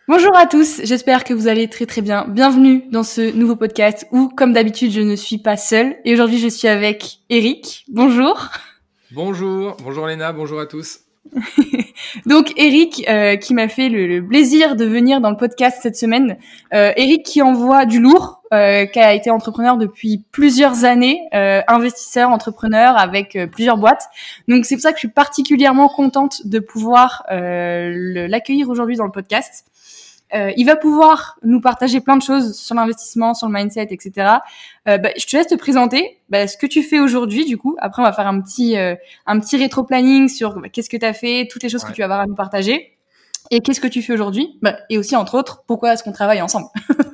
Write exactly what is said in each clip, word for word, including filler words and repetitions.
Bonjour à tous, j'espère que vous allez très très bien. Bienvenue dans ce nouveau podcast où, comme d'habitude, je ne suis pas seule. Et aujourd'hui, je suis avec Eric. Bonjour. Bonjour, bonjour Léna, bonjour à tous. Donc Eric, euh, qui m'a fait le, le plaisir de venir dans le podcast cette semaine. Euh, Eric qui envoie du lourd, euh, qui a été entrepreneur depuis plusieurs années, euh, investisseur, entrepreneur avec euh, plusieurs boîtes. Donc c'est pour ça que je suis particulièrement contente de pouvoir euh, le- l'accueillir aujourd'hui dans le podcast. Euh, il va pouvoir nous partager plein de choses sur l'investissement, sur le mindset, et cetera. Euh, bah, je te laisse te présenter bah, ce que tu fais aujourd'hui, du coup. Après, on va faire un petit, euh, un petit rétro-planning sur bah, qu'est-ce que tu as fait, toutes les choses que Ouais. tu vas avoir à nous partager. Et qu'est-ce que tu fais aujourd'hui bah, et aussi, entre autres, pourquoi est-ce qu'on travaille ensemble.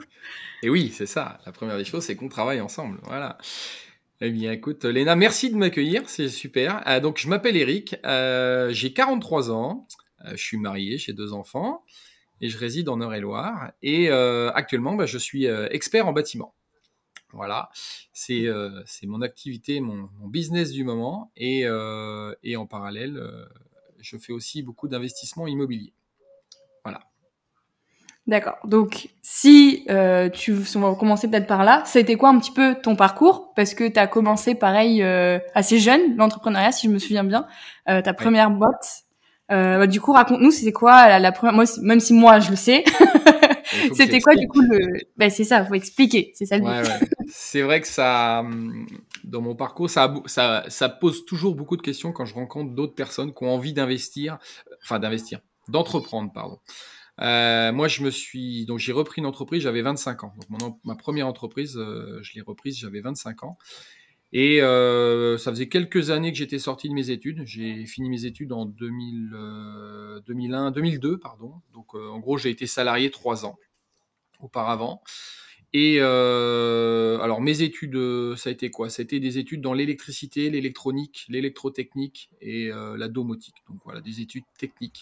Et oui, c'est ça, la première des choses, c'est qu'on travaille ensemble. Voilà. Eh bien, écoute, Léna, merci de m'accueillir, c'est super. Euh, donc, je m'appelle Eric, euh, j'ai quarante-trois ans, euh, je suis marié, j'ai deux enfants, et je réside en Eure-et-Loire. Et euh, actuellement, bah, je suis euh, expert en bâtiment. Voilà, c'est euh, c'est mon activité, mon, mon business du moment. Et, euh, et en parallèle, euh, je fais aussi beaucoup d'investissements immobiliers. Voilà. D'accord. Donc, si euh, tu, on va commencer peut-être par là, ça a été quoi un petit peu ton parcours? Parce que tu as commencé pareil euh, assez jeune, l'entrepreneuriat, si je me souviens bien, euh, ta Ouais. première boîte. Euh, bah, du coup, raconte-nous, c'était quoi la, la première, moi, même si moi je le sais, Il faut que c'était quoi du coup j'explique. le, ben c'est ça, faut expliquer, c'est ça le but. Ouais, ouais. C'est vrai que ça, hum, dans mon parcours, ça, a beau- ça, ça pose toujours beaucoup de questions quand je rencontre d'autres personnes qui ont envie d'investir, euh, enfin d'investir, d'entreprendre, pardon. Euh, moi, je me suis, donc j'ai repris une entreprise, j'avais vingt-cinq ans. Donc mon en- ma première entreprise, euh, je l'ai reprise, j'avais vingt-cinq ans. Et euh, ça faisait quelques années que j'étais sorti de mes études. J'ai fini mes études en deux mille, euh, deux mille un, deux mille deux, pardon. Donc euh, en gros, j'ai été salarié trois ans auparavant. Et euh, alors mes études, euh, ça a été quoi? Ça a été des études dans l'électricité, l'électronique, l'électrotechnique et euh, la domotique. Donc voilà, des études techniques.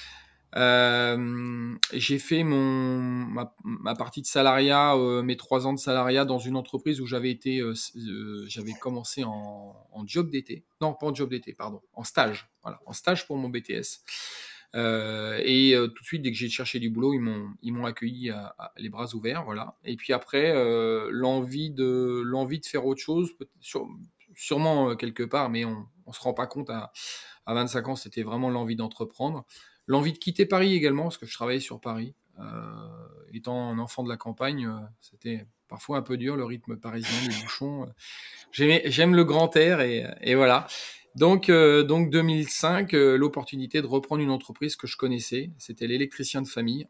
Euh, j'ai fait mon ma, ma partie de salariat, euh, mes trois ans de salariat dans une entreprise où j'avais été, euh, euh, j'avais commencé en, en job d'été. Non, pas en job d'été, pardon, en stage. Voilà, en stage pour mon B T S. Euh, et euh, tout de suite, dès que j'ai cherché du boulot, ils m'ont, ils m'ont accueilli à, à les bras ouverts, voilà. Et puis après, euh, l'envie de, l'envie de faire autre chose, sur, sûrement euh, quelque part, mais on, on se rend pas compte à, à vingt-cinq ans, c'était vraiment l'envie d'entreprendre. L'envie de quitter Paris également, parce que je travaillais sur Paris. Euh, étant un enfant de la campagne, euh, c'était parfois un peu dur, le rythme parisien, les bouchons. J'aimais, j'aime le grand air et, et voilà. Donc, euh, donc deux mille cinq, euh, l'opportunité de reprendre une entreprise que je connaissais, c'était l'électricien de famille.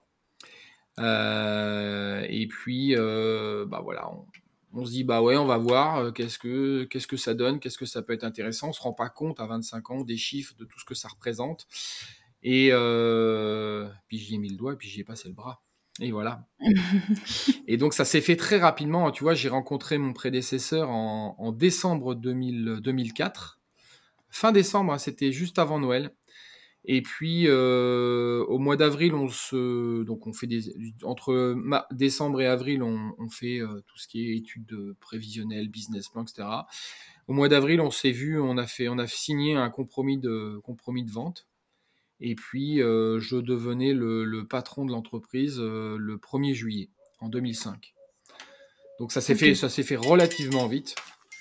Euh, et puis, euh, bah voilà, on, on se dit bah ouais, on va voir euh, qu'est-ce que qu'est-ce que ça donne, qu'est-ce que ça peut être intéressant. On se rend pas compte à vingt-cinq ans des chiffres, de tout ce que ça représente. Et euh, puis j'y ai mis le doigt et puis j'y ai passé le bras. Et voilà. Et donc ça s'est fait très rapidement. Tu vois, j'ai rencontré mon prédécesseur en, en décembre deux mille, deux mille quatre. Fin décembre, hein, c'était juste avant Noël. Et puis euh, au mois d'avril, on se, donc on fait des, entre ma- décembre et avril, on, on fait euh, tout ce qui est études prévisionnelles, business plan, et cetera. Au mois d'avril, on s'est vu, on a fait, on a signé un compromis de compromis de vente. Et puis euh, je devenais le, le patron de l'entreprise euh, le premier juillet en deux mille cinq. Donc ça s'est Ok. fait, ça s'est fait relativement vite.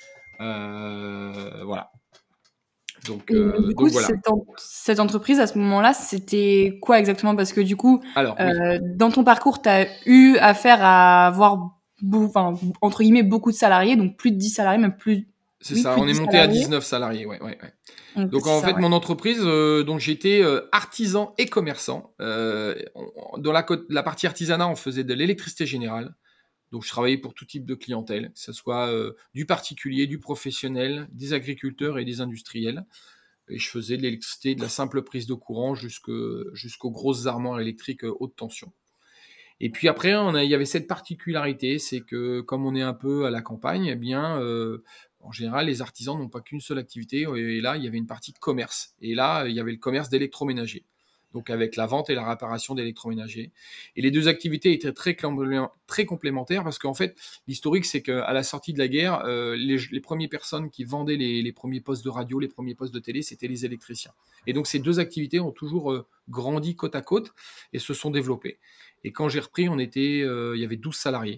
Euh, voilà. Donc, Et euh, du coup, donc voilà. cette, en- cette entreprise, à ce moment-là, c'était quoi exactement? Parce que du coup, Alors oui, euh, dans ton parcours, tu as eu affaire à avoir, beau- enfin, entre guillemets, beaucoup de salariés, donc plus de dix salariés, même plus, c'est oui, ça. plus On de est dix monté à salariés. dix-neuf salariés. Ouais, ouais, ouais. Donc, Donc c'est en ça, fait, ouais. mon entreprise, euh, donc j'étais euh, artisan et commerçant. Euh, on- dans la, côte- la partie artisanat, on faisait de l'électricité générale. Donc je travaillais pour tout type de clientèle, que ce soit euh, du particulier, du professionnel, des agriculteurs et des industriels. Et je faisais de l'électricité, de la simple prise de courant jusque- jusqu'aux grosses armoires électriques euh, haute tension. Et puis après, on a, il y avait cette particularité, c'est que comme on est un peu à la campagne, eh bien, euh, en général, les artisans n'ont pas qu'une seule activité. Et là, il y avait une partie de commerce. Et là, il y avait le commerce d'électroménager. donc avec la vente et la réparation d'électroménagers. Et les deux activités étaient très, très complémentaires parce qu'en fait, l'historique, c'est qu'à la sortie de la guerre, euh, les, les premières personnes qui vendaient les, les premiers postes de radio, les premiers postes de télé, c'était les électriciens. Et donc, ces deux activités ont toujours euh, grandi côte à côte et se sont développées. Et quand j'ai repris, on était, euh, il y avait douze salariés.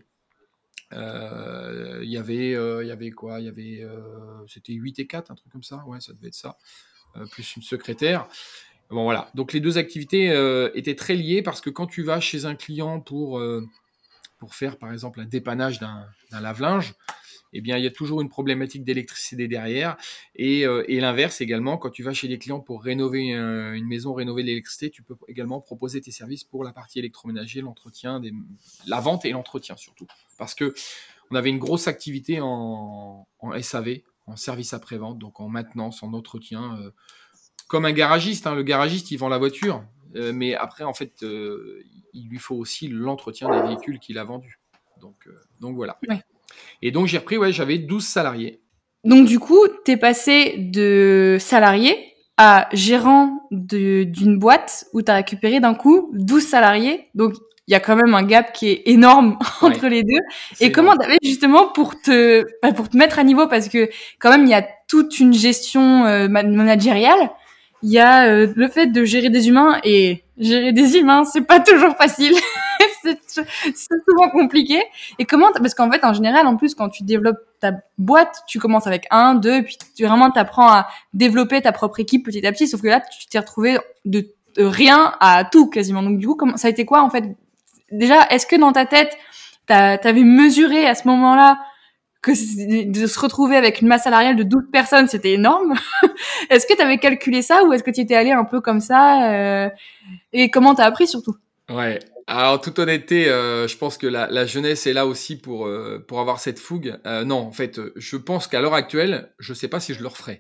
Euh, il y avait, euh, il y avait quoi Il y avait, euh, c'était huit et quatre, un truc comme ça. Ouais, ça devait être ça. Euh, plus une secrétaire. Bon, voilà. Donc, les deux activités euh, étaient très liées parce que quand tu vas chez un client pour, euh, pour faire, par exemple, un dépannage d'un, d'un lave-linge, eh bien, il y a toujours une problématique d'électricité derrière. Et, euh, et l'inverse également, quand tu vas chez des clients pour rénover une, une maison, rénover l'électricité, tu peux également proposer tes services pour la partie électroménager, l'entretien, des, la vente et l'entretien surtout. Parce que on avait une grosse activité en, en S A V, en service après-vente, donc en maintenance, en entretien, euh, comme un garagiste. Hein. Le garagiste, il vend la voiture, euh, mais après, en fait, euh, il lui faut aussi l'entretien des véhicules qu'il a vendus. Donc, euh, donc voilà. Ouais. Et donc, j'ai repris, ouais, j'avais douze salariés. Donc, du coup, t'es passé de salarié à gérant de, d'une boîte où t'as récupéré d'un coup douze salariés. Donc, il y a quand même un gap qui est énorme Ouais. entre les deux. C'est Et comment énorme. t'avais justement pour te, bah, pour te mettre à niveau, parce que quand même, il y a toute une gestion euh, managériale. Il y a euh, le fait de gérer des humains, et gérer des humains, c'est pas toujours facile. c'est, c'est souvent compliqué. Et comment, parce qu'en fait, en général, en plus, quand tu développes ta boîte, tu commences avec un, deux, puis tu vraiment t'apprends à développer ta propre équipe petit à petit. Sauf que là, tu t'es retrouvé de, de rien à tout quasiment. Donc du coup, comment, ça a été quoi en fait? Déjà, est-ce que dans ta tête, t'as, t'avais mesuré à ce moment-là que de se retrouver avec une masse salariale de douze personnes, c'était énorme? Est-ce que t'avais calculé ça ou est-ce que tu étais allé un peu comme ça euh, et comment t'as appris surtout? Ouais. Alors, en toute honnêteté, euh, je pense que la, la jeunesse est là aussi pour, euh, pour avoir cette fougue. Euh, non, en fait, je pense qu'à l'heure actuelle, je sais pas si je le referais.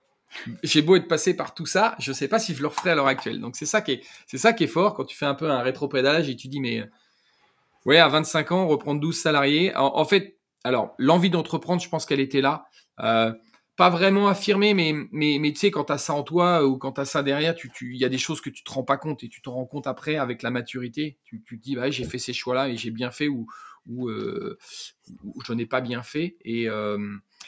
J'ai beau être passé par tout ça, je sais pas si je le referais à l'heure actuelle. Donc, c'est ça qui est, c'est ça qui est fort quand tu fais un peu un rétropédalage et tu dis, mais, ouais, à vingt-cinq ans, reprendre douze salariés. En, en fait, alors, l'envie d'entreprendre, je pense qu'elle était là. Euh, pas vraiment affirmée, mais, mais, mais tu sais, quand tu as ça en toi ou quand tu as ça derrière, il tu, tu, y a des choses que tu te rends pas compte et tu te rends compte après avec la maturité. Tu, tu te dis, bah, j'ai fait ces choix-là et j'ai bien fait ou, ou, euh, ou je n'ai pas bien fait. Et, euh,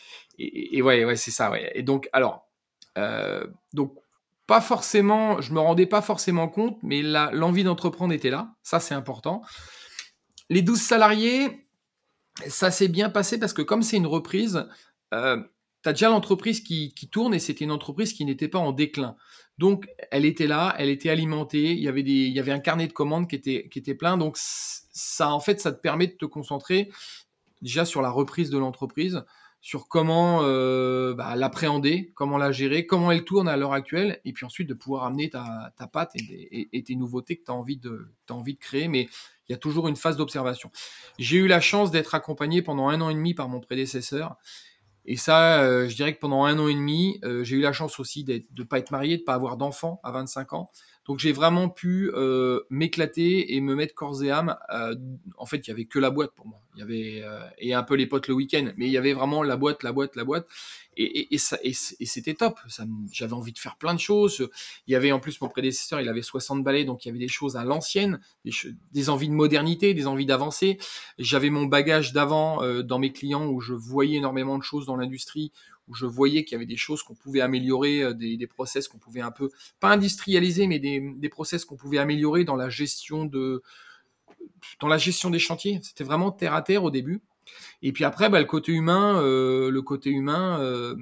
et, et ouais, ouais, c'est ça. Ouais. Et donc, alors, euh, donc, pas forcément, je me rendais pas forcément compte, mais la, l'envie d'entreprendre était là. Ça, c'est important. Les douze salariés, ça s'est bien passé parce que comme c'est une reprise, euh, tu as déjà l'entreprise qui, qui tourne et c'était une entreprise qui n'était pas en déclin. Donc, elle était là, elle était alimentée, il y avait, des, il y avait un carnet de commandes qui était, qui était plein. Donc, ça, en fait, ça te permet de te concentrer déjà sur la reprise de l'entreprise, sur comment euh, bah, l'appréhender, comment la gérer, comment elle tourne à l'heure actuelle, et puis ensuite de pouvoir amener ta, ta patte et, et, et tes nouveautés que tu as envie de, t'as envie de créer. Mais il y a toujours une phase d'observation. J'ai eu la chance d'être accompagné pendant un an et demi par mon prédécesseur. Et ça, euh, je dirais que pendant un an et demi, euh, j'ai eu la chance aussi de ne pas être marié, de ne pas avoir d'enfant à vingt-cinq ans. Donc j'ai vraiment pu euh, m'éclater et me mettre corps et âme. Euh, en fait, il y avait que la boîte pour moi. Il y avait euh, et un peu les potes le week-end, mais il y avait vraiment la boîte, la boîte, la boîte. Et, et, et, ça, et, et c'était top. Ça, j'avais envie de faire plein de choses. Il y avait en plus mon prédécesseur, il avait soixante balais, donc il y avait des choses à l'ancienne, des, des envies de modernité, des envies d'avancer. J'avais mon bagage d'avant euh, dans mes clients où je voyais énormément de choses dans l'industrie, où je voyais qu'il y avait des choses qu'on pouvait améliorer, euh, des, des process qu'on pouvait un peu, pas industrialiser, mais des, des process qu'on pouvait améliorer dans la gestion de, dans la gestion des chantiers. C'était vraiment terre à terre au début. Et puis après, bah, le côté humain, euh, le côté humain. Euh...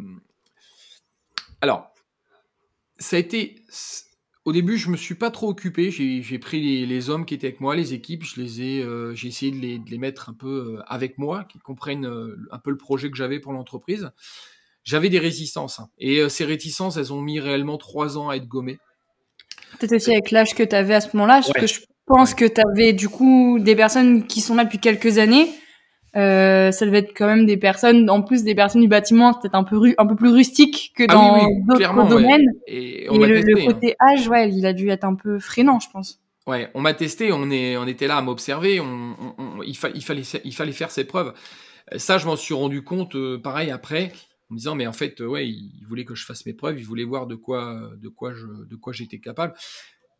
Alors, ça a été. Au début, je me suis pas trop occupé. J'ai, j'ai pris les, les hommes qui étaient avec moi, les équipes. Je les ai, euh, j'ai essayé de les, de les mettre un peu euh, avec moi, qu'ils comprennent euh, un peu le projet que j'avais pour l'entreprise. J'avais des réticences, hein, et euh, ces réticences, elles ont mis réellement trois ans à être gommées. Peut-être aussi avec l'âge que tu avais à ce moment-là, parce Ouais. que je pense Ouais. que tu avais du coup des personnes qui sont là depuis quelques années. Euh, ça devait être quand même des personnes, en plus des personnes du bâtiment, peut-être un peu ru- un peu plus rustiques que Ah oui, dans oui, d'autres clairement, ouais. domaines. Et on Et m'a le, le testé, hein. côté âge, ouais, il a dû être un peu freinant, je pense. Ouais, on m'a testé, on, est, on était là à m'observer, on, on, on, il, fa- il, fallait, il fallait faire ses preuves. Ça, je m'en suis rendu compte, euh, pareil, après, en me disant, mais en fait, euh, ouais, il voulait que je fasse mes preuves, il voulait voir de quoi, de quoi, je, de quoi j'étais capable.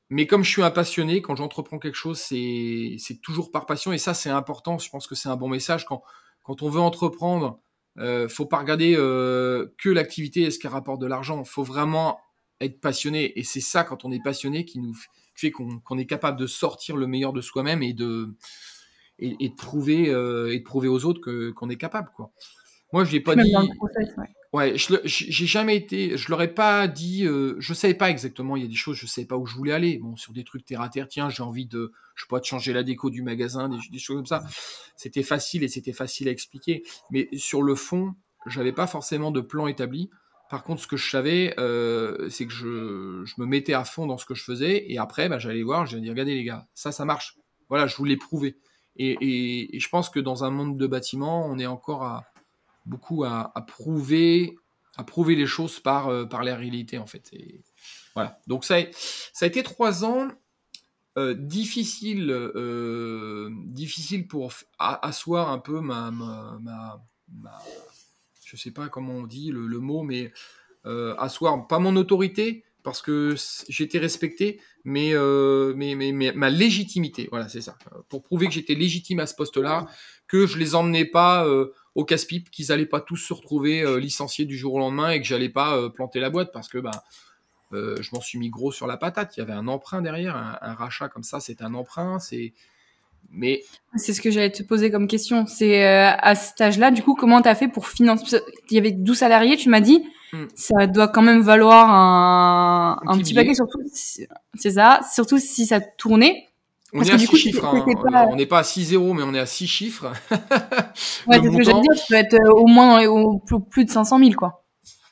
mais comme je suis un passionné, quand j'entreprends quelque chose, c'est, c'est toujours par passion. Et ça, c'est important. Je pense que c'est un bon message. Quand, quand on veut entreprendre, euh, faut pas regarder euh, que l'activité et ce qui rapporte de l'argent. Faut vraiment être passionné. Et c'est ça, quand on est passionné, qui nous fait qu'on, qu'on est capable de sortir le meilleur de soi-même et de, et, et de prouver, euh, et de prouver aux autres que, qu'on est capable, quoi. Moi, je l'ai pas Puis même dans le dit. process, ouais. Ouais, je le- j'ai j'ai jamais été, je leur ai pas dit, euh, je savais pas exactement. Il y a des choses, je savais pas où je voulais aller. Bon, sur des trucs terre à terre, tiens, j'ai envie de, je sais pas, de changer la déco du magasin, des, des choses comme ça. C'était facile et c'était facile à expliquer. Mais sur le fond, j'avais pas forcément de plan établi. Par contre, ce que je savais, euh, c'est que je, je me mettais à fond dans ce que je faisais et après, bah, j'allais voir, j'allais dire, regardez les gars, ça, ça marche. Voilà, je voulais prouver. Et, et, et je pense que dans un monde de bâtiment, on est encore à beaucoup à, à prouver à prouver les choses par euh, par la réalité en fait. Et voilà. Donc ça a, ça a été trois ans euh, difficiles euh, difficiles pour a- asseoir un peu ma, ma, ma, ma- je sais pas comment on dit le, le mot, mais euh, asseoir pas mon autorité parce que j'étais respecté, mais, euh, mais, mais, mais ma légitimité, voilà, c'est ça, pour prouver que j'étais légitime à ce poste-là, que je les emmenais pas euh, au casse-pipe, qu'ils allaient pas tous se retrouver euh, licenciés du jour au lendemain et que j'allais pas euh, planter la boîte parce que bah, euh, je m'en suis mis gros sur la patate. Il y avait un emprunt derrière, un, un rachat comme ça, c'est un emprunt, c'est mais C'est ce que j'allais te poser comme question. C'est euh, à cet âge-là, du coup, comment t'as fait pour financer? Il y avait douze salariés, tu m'as dit. hmm, Ça doit quand même valoir un, un un petit petit paquet, billet. surtout si, c'est ça, surtout si ça tournait. On Parce est que à du six coup, t'étais chiffres, hein. t'étais pas. On n'est pas à six zéros, mais on est à six chiffres. Ouais, Le c'est ce que j'allais montant, dire. Tu dois être euh, au moins dans les- au, plus plus de cinq cent mille, quoi.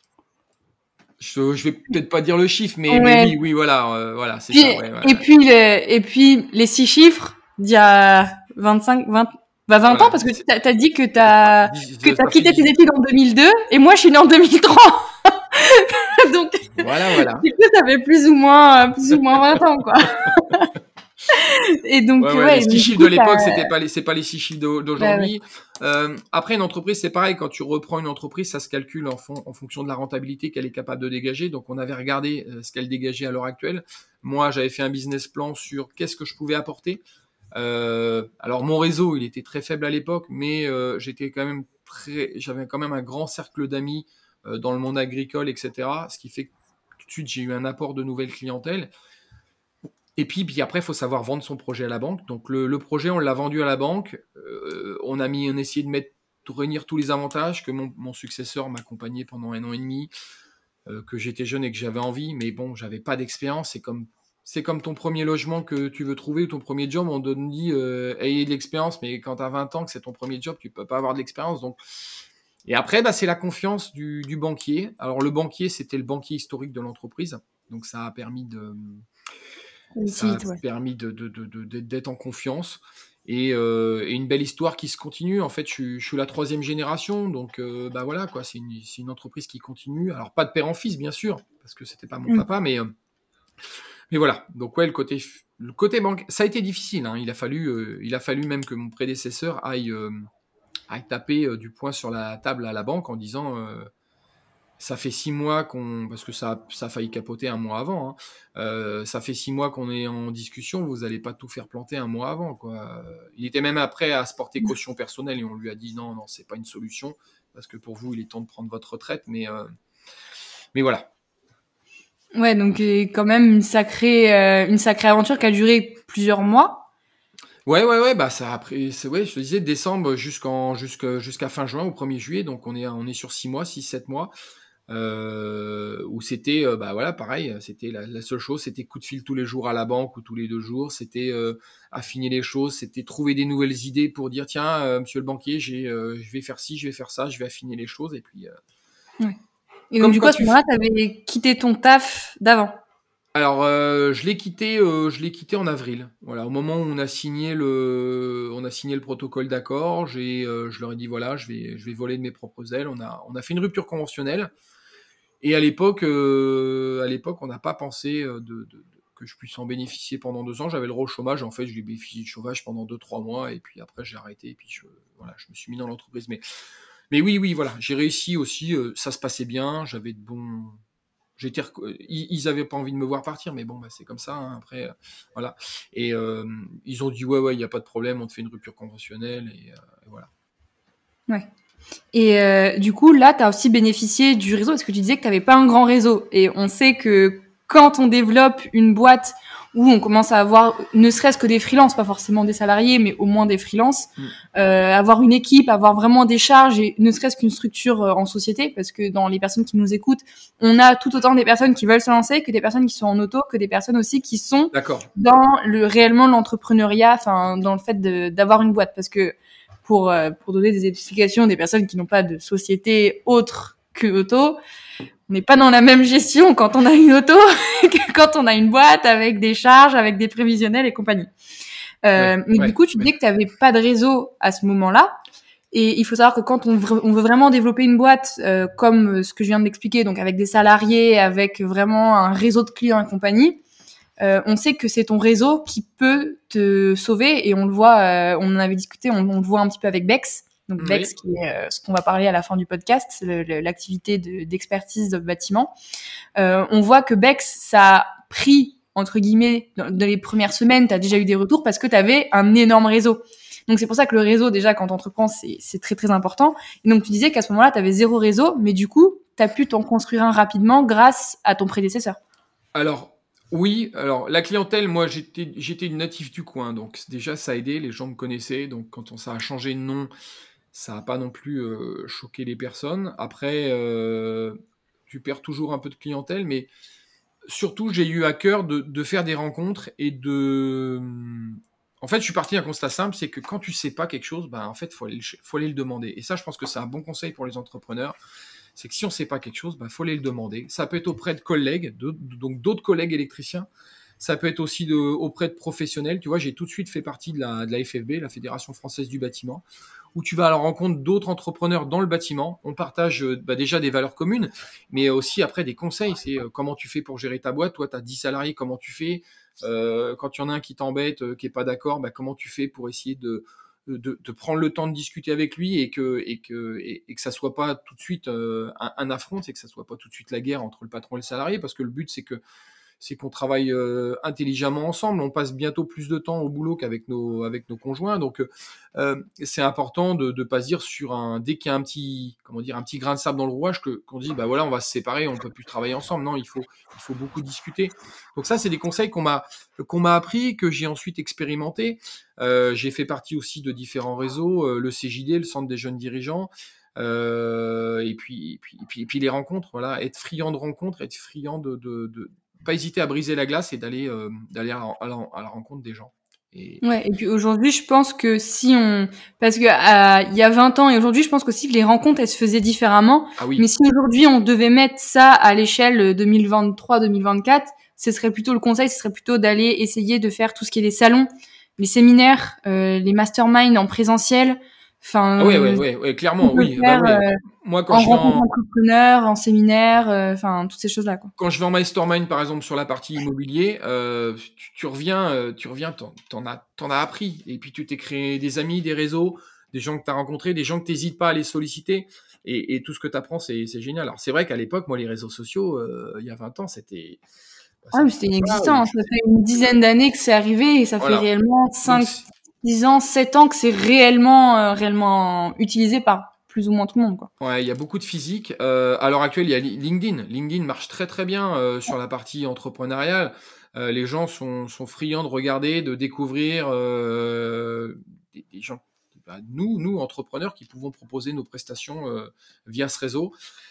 Je, je vais peut-être pas dire le chiffre, mais, mais Ouais. oui, oui, voilà, euh, voilà, c'est Puis, ça, ouais, ouais, et ouais. puis, le- et puis, les six chiffres d'il y a vingt-cinq, vingt, bah vingt ans, Voilà, parce que c'est- t'as, t'as dit que t'as, dix- que euh, t'as ça fait quitté tes dix-huit. études en deux mille deux, et moi, je suis née en deux mille trois. Donc, Voilà, voilà. du coup, ça fait plus ou moins, plus ou moins vingt ans, quoi. Et donc, Ouais, ouais, les ouais, six donc, du chiffres de coup, t'as, l'époque, c'était pas les, c'est pas les six chiffres d'au- bah ouais. d'aujourd'hui. Euh, après, une entreprise, c'est pareil. Quand tu reprends une entreprise, ça se calcule en, fon- en fonction de la rentabilité qu'elle est capable de dégager. Donc, on avait regardé euh, ce qu'elle dégageait à l'heure actuelle. Moi, j'avais fait un business plan sur qu'est-ce que je pouvais apporter. Euh, alors, mon réseau, il était très faible à l'époque, mais euh, j'étais quand même très, j'avais quand même un grand cercle d'amis euh, dans le monde agricole, et cetera. Ce qui fait que tout de suite, j'ai eu un apport de nouvelles clientèles. Et puis, puis après, il faut savoir vendre son projet à la banque. Donc le, le projet, on l'a vendu à la banque. Euh, on a mis, on a essayé de mettre, de réunir tous les avantages, que mon, mon successeur m'accompagnait pendant un an et demi, euh, que j'étais jeune et que j'avais envie, mais bon, j'avais pas d'expérience. C'est comme, c'est comme ton premier logement que tu veux trouver ou ton premier job. On te dit, euh, ayez de l'expérience, mais quand tu as vingt ans, que c'est ton premier job, tu peux pas avoir de l'expérience. Donc, et après, bah, c'est la confiance du, du banquier. Alors le banquier, c'était le banquier historique de l'entreprise. Donc ça a permis de ça a Vite, ouais. permis de, de, de, de- d'être en confiance. Et, euh, et une belle histoire qui se continue. En fait, je, suis- je suis la troisième génération, donc euh, bah voilà quoi. C'est une, c'est une entreprise qui continue. Alors pas de père en fils, bien sûr, parce que c'était pas mon Mm. papa, mais euh, mais voilà. Donc ouais, le côté le côté banque, ça a été difficile. Hein. Il a fallu euh, il a fallu même que mon prédécesseur aille euh, aille taper euh, du poing sur la table à la banque en disant euh, ça fait six mois qu'on, parce que ça, a- ça a failli capoter un mois avant, hein. Euh, ça fait six mois qu'on est en discussion, vous allez pas tout faire planter un mois avant, quoi. Il était même après à se porter caution personnelle et on lui a dit non, non, c'est pas une solution parce que pour vous, il est temps de prendre votre retraite, mais, euh, mais voilà. Ouais, donc euh, quand même une sacrée, euh, une sacrée aventure qui a duré plusieurs mois. Ouais, ouais, ouais, bah ça a pris, c'est, ouais, je te disais, décembre jusqu'en, jusqu'à, jusqu'à fin juin, au premier juillet, donc on est, on est sur six mois, six, sept mois. Euh, où c'était euh, bah voilà pareil, c'était la, la seule chose, c'était coup de fil tous les jours à la banque ou tous les deux jours, c'était euh, affiner les choses, c'était trouver des nouvelles idées pour dire tiens euh, monsieur le banquier j'ai euh, je vais faire ci, je vais faire ça, je vais affiner les choses et puis euh, Ouais. Et donc comme du coup quand à ce tu f- moment-là, t'avais quitté ton taf d'avant. alors euh, je l'ai quitté euh, je l'ai quitté en avril, voilà, au moment où on a signé le on a signé le protocole d'accord, j'ai euh, je leur ai dit voilà je vais je vais voler de mes propres ailes, on a on a fait une rupture conventionnelle. Et à l'époque, euh, à l'époque, on n'a pas pensé euh, de, de- de- que je puisse en bénéficier pendant deux ans. J'avais le droit au chômage. En fait, j'ai bénéficié du chômage pendant deux, trois mois. Et puis après, j'ai arrêté. Et puis, je, voilà, je me suis mis dans l'entreprise. Mais, mais oui, oui, voilà. J'ai réussi aussi. Euh, ça se passait bien. J'avais de bons, j'étais, rec- ils, ils avaient pas envie de me voir partir, mais bon, bah, c'est comme ça. Hein, après, euh, voilà. Et euh, ils ont dit ouais, ouais, il y a pas de problème, on te fait une rupture conventionnelle et, euh, et voilà. Ouais. Et euh, du coup, là, tu as aussi bénéficié du réseau parce que tu disais que tu n'avais pas un grand réseau. Et on sait que quand on développe une boîte où on commence à avoir, ne serait-ce que des freelances, pas forcément des salariés, mais au moins des freelances, mm. euh, avoir une équipe, avoir vraiment des charges et ne serait-ce qu'une structure euh, en société, parce que dans les personnes qui nous écoutent, on a tout autant des personnes qui veulent se lancer que des personnes qui sont en auto, que des personnes aussi qui sont D'accord. dans le réellement l'entrepreneuriat, enfin dans le fait de, d'avoir une boîte, parce que pour euh, pour donner des explications des personnes qui n'ont pas de société autre que auto, on n'est pas dans la même gestion quand on a une auto que quand on a une boîte avec des charges, avec des prévisionnels et compagnie. Euh, ouais, mais ouais, du coup, tu ouais. disais que tu n'avais pas de réseau à ce moment-là. Et il faut savoir que quand on, v- on veut vraiment développer une boîte, euh, comme ce que je viens de l'expliquer, donc avec des salariés, avec vraiment un réseau de clients et compagnie, Euh, on sait que c'est ton réseau qui peut te sauver et on le voit, euh, on en avait discuté, on, on le voit un petit peu avec Bex. Donc Oui. Bex, qui est euh, ce qu'on va parler à la fin du podcast, c'est le, le, l'activité de, d'expertise de bâtiment. Euh, on voit que Bex, ça a pris, entre guillemets, dans, dans les premières semaines, tu as déjà eu des retours parce que tu avais un énorme réseau. Donc c'est pour ça que le réseau, déjà, quand tu entreprends, c'est, c'est très très important. Et donc tu disais qu'à ce moment-là, tu avais zéro réseau, mais du coup, tu as pu t'en construire un rapidement grâce à ton prédécesseur. Alors, oui, alors la clientèle, moi j'étais j'étais une native du coin, donc déjà ça a aidé, les gens me connaissaient, donc quand on, ça a changé de nom, ça n'a pas non plus euh, choqué les personnes. Après, euh, tu perds toujours un peu de clientèle, mais surtout j'ai eu à cœur de, de faire des rencontres et de... En fait, je suis parti d'un constat simple, c'est que quand tu sais pas quelque chose, ben, en fait, faut aller, faut aller le demander. Et ça, je pense que c'est un bon conseil pour les entrepreneurs. C'est que si on ne sait pas quelque chose, il bah, faut aller le demander. Ça peut être auprès de collègues, de, donc d'autres collègues électriciens. Ça peut être aussi de, auprès de professionnels. Tu vois, j'ai tout de suite fait partie de la, de la F F B, la Fédération Française du Bâtiment, où tu vas à la rencontre d'autres entrepreneurs dans le bâtiment. On partage bah, déjà des valeurs communes, mais aussi après des conseils. C'est euh, comment tu fais pour gérer ta boîte. Toi, tu as dix salariés, comment tu fais euh, quand il y en a un qui t'embête, euh, qui n'est pas d'accord, bah, comment tu fais pour essayer de... De, de prendre le temps de discuter avec lui et que, et que, et, et que ça soit pas tout de suite euh, un, un affront, c'est que ça soit pas tout de suite la guerre entre le patron et le salarié, parce que le but c'est que c'est qu'on travaille euh, intelligemment ensemble. On passe bientôt plus de temps au boulot qu'avec nos, avec nos conjoints. Donc, euh, c'est important de ne pas se dire sur un, dès qu'il y a un petit, comment dire, un petit grain de sable dans le rouage, que, qu'on dit, bah voilà, on va se séparer, on ne peut plus travailler ensemble. Non, il faut, il faut beaucoup discuter. Donc ça, c'est des conseils qu'on m'a, qu'on m'a appris, que j'ai ensuite expérimenté. Euh, j'ai fait partie aussi de différents réseaux, euh, le C J D, le Centre des jeunes dirigeants. Euh, et, puis, et, puis, et, puis, et puis les rencontres, voilà, être friand de rencontres, être friand de, de, de pas hésiter à briser la glace et d'aller euh, d'aller à, à, la, à la rencontre des gens. Et... Ouais, et puis aujourd'hui, je pense que si on... Parce que euh, il y a vingt ans et aujourd'hui, je pense qu'aussi que les rencontres, elles se faisaient différemment. Ah oui. Mais si aujourd'hui, on devait mettre ça à l'échelle deux mille vingt-trois deux mille vingt-quatre, ce serait plutôt le conseil, ce serait plutôt d'aller essayer de faire tout ce qui est les salons, les séminaires, euh, les masterminds en présentiel. Enfin, ah ouais, ouais, ouais, ouais, clairement, oui. Faire, bah, oui. Euh, Moi, quand en je vais rencontre en... entrepreneur, en séminaire, enfin, euh, toutes ces choses-là, quoi. Quand je vais en mastermind, par exemple, sur la partie immobilier, euh, tu, tu reviens, euh, tu reviens, t'en, t'en as, t'en as appris. Et puis, tu t'es créé des amis, des réseaux, des gens que tu as rencontrés, des gens que tu n'hésites pas à les solliciter. Et, et tout ce que tu apprends, c'est, c'est génial. Alors, c'est vrai qu'à l'époque, moi, les réseaux sociaux, euh, il y a vingt ans, c'était... Bah, ah, mais c'était inexistant. Ça fait une dizaine d'années que c'est arrivé et ça voilà. fait réellement cinq, dix ans, sept ans que c'est réellement, euh, réellement utilisé par plus ou moins tout le monde, quoi. Ouais, il y a beaucoup de physique. Euh, à l'heure actuelle, il y a LinkedIn. LinkedIn marche très très bien euh, sur la partie entrepreneuriale. Euh, les gens sont, sont friands de regarder, de découvrir euh, des, des gens, bah, nous, nous entrepreneurs, qui pouvons proposer nos prestations euh, via ce réseau.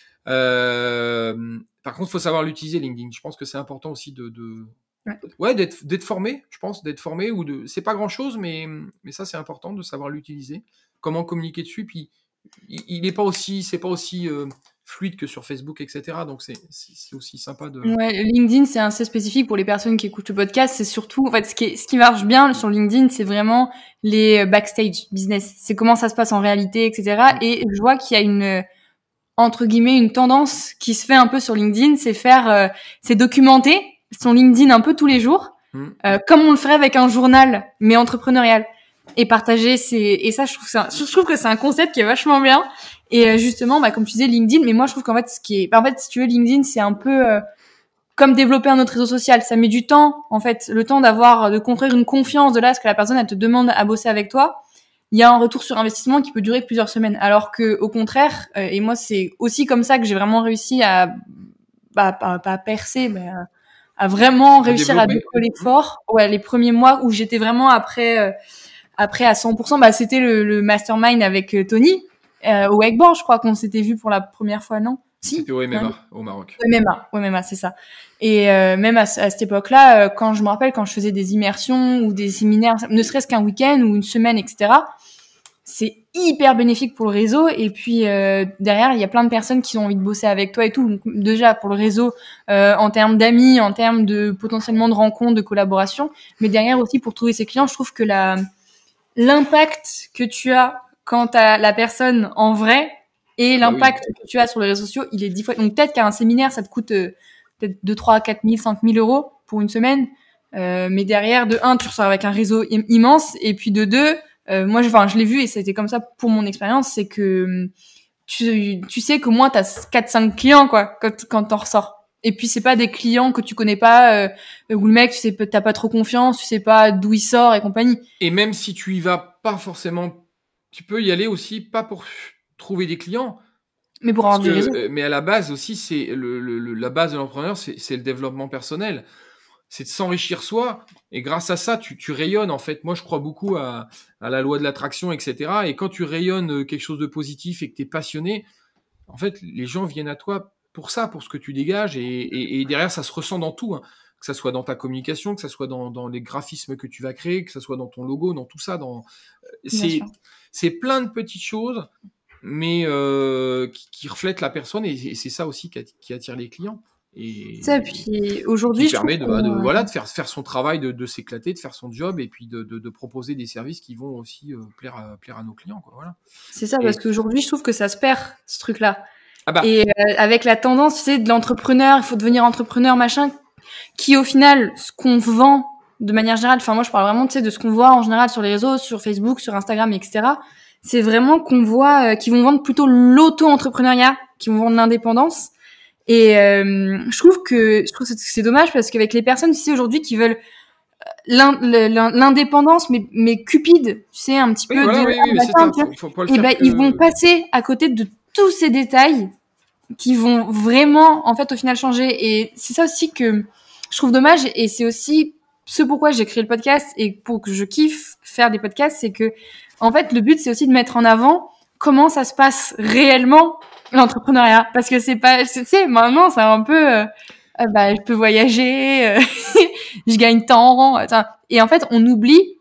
Euh, par contre, il faut savoir l'utiliser, LinkedIn. Je pense que c'est important aussi de, de... Ouais. ouais, d'être, d'être formé. Je pense d'être formé ou de. C'est pas grand chose, mais mais ça c'est important de savoir l'utiliser. Comment communiquer dessus, puis il n'est pas aussi, c'est pas aussi euh, fluide que sur Facebook, et cetera. Donc c'est, c'est, c'est aussi sympa de. Ouais, LinkedIn c'est assez spécifique pour les personnes qui écoutent le podcast. C'est surtout, en fait, ce qui, est, ce qui marche bien sur LinkedIn, c'est vraiment les backstage business. C'est comment ça se passe en réalité, et cetera. Mmh. Et je vois qu'il y a une entre guillemets une tendance qui se fait un peu sur LinkedIn, c'est faire, euh, c'est documenter son LinkedIn un peu tous les jours, mmh. euh, comme on le ferait avec un journal, mais entrepreneurial. et partager ses et ça je trouve ça je trouve que c'est un concept qui est vachement bien. Et euh, justement, bah comme tu disais LinkedIn, mais moi je trouve qu'en fait ce qui est bah, en fait si tu veux LinkedIn, c'est un peu euh, comme développer un autre réseau social, ça met du temps en fait, le temps d'avoir de construire une confiance de là à ce que la personne elle te demande à bosser avec toi. Il y a un retour sur investissement qui peut durer plusieurs semaines, alors que au contraire, euh, et moi c'est aussi comme ça que j'ai vraiment réussi à bah pas, pas percer, mais à, à vraiment À réussir à développer. décoller fort. Ouais, les premiers mois où j'étais vraiment après euh, après à cent pour cent, bah c'était le, le mastermind avec euh, Tony euh, au wakeboard, je crois qu'on s'était vu pour la première fois, non? Si. C'était au Ouais. M M A, au Maroc. M M A, ouais, M M A, c'est ça. Et euh, même à, à cette époque-là, euh, quand je me rappelle, quand je faisais des immersions ou des séminaires, ne serait-ce qu'un week-end ou une semaine, et cetera, c'est hyper bénéfique pour le réseau. Et puis euh, derrière, il y a plein de personnes qui ont envie de bosser avec toi et tout. Donc, déjà pour le réseau, euh, en termes d'amis, en termes de potentiellement de rencontres, de collaboration, mais derrière aussi pour trouver ses clients, je trouve que la l'impact que tu as quand t'as la personne en vrai et Bah oui. l'impact que tu as sur les réseaux sociaux, il est dix fois. Donc peut-être qu'un séminaire, ça te coûte euh, peut-être deux, trois, quatre mille, cinq mille euros pour une semaine. Euh, mais derrière, de un, tu ressors avec un réseau im- immense. Et puis de deux, euh, moi, je, enfin, je l'ai vu et c'était comme ça pour mon expérience, c'est que hum, tu, tu sais qu'au moins t'as quatre, cinq clients, quoi, quand, quand t'en ressors. Et puis c'est pas des clients que tu connais pas, euh, où le mec, tu sais, t'as pas trop confiance, tu sais pas d'où il sort et compagnie. Et même si tu y vas pas forcément, tu peux y aller aussi pas pour trouver des clients, Mais pour parce avoir du que, réseau. euh, mais à la base aussi, c'est le, le- le- la base de l'entrepreneur, c'est c'est le développement personnel. C'est de s'enrichir soi. Et grâce à ça, tu, tu rayonnes, en fait. Moi, je crois beaucoup à, à la loi de l'attraction, et cetera. Et quand tu rayonnes euh, quelque chose de positif et que tu es passionné, en fait, les gens viennent à toi pour ça, pour ce que tu dégages. Et, et- et derrière, ça se ressent dans tout, hein. Que ça soit dans ta communication, que ça soit dans, dans les graphismes que tu vas créer, que ça soit dans ton logo, dans tout ça. Dans... Bien sûr. C'est, c'est plein de petites choses, mais euh, qui, qui reflètent la personne. Et, et c'est ça aussi qui, atti- qui attire les clients. Ça, Et, puis et qui aujourd'hui, je trouve permet de, bah, de, qu'on, voilà, de faire, faire son travail, de, de s'éclater, de faire son job et puis de, de, de proposer des services qui vont aussi euh, plaire, à, plaire à nos clients. Quoi, voilà. c'est ça, parce Et, qu'aujourd'hui, je trouve que ça se perd, ce truc-là. ah bah, Et euh, avec la tendance, tu sais, de l'entrepreneur, il faut devenir entrepreneur, machin, qui au final, ce qu'on vend de manière générale, enfin moi je parle vraiment, tu sais, de ce qu'on voit en général sur les réseaux, sur Facebook, sur Instagram, et cetera. C'est vraiment qu'on voit, euh, qu'ils vont vendre plutôt l'auto-entrepreneuriat, qui vont vendre l'indépendance. Et euh, je trouve que je trouve que c'est dommage parce qu'avec les personnes, tu sais, aujourd'hui, qui veulent l'in- l'in- l'indépendance, mais, mais cupide, tu sais, un petit oui, peu de, voilà, oui, ah, oui, mais bah, c'est tiens, ça. tu vois, Faut, faut pas le et faire ben ils vont que. passer à côté de tous ces détails qui vont vraiment, en fait, au final changer. Et c'est ça aussi que je trouve dommage. Et c'est aussi ce pourquoi j'ai créé le podcast et pour que je kiffe faire des podcasts, c'est que, en fait, le but, c'est aussi de mettre en avant comment ça se passe réellement l'entrepreneuriat. Parce que c'est pas, tu sais, maintenant, c'est un peu, euh, ah bah, je peux voyager, euh, je gagne tant. Enfin, et en fait, on oublie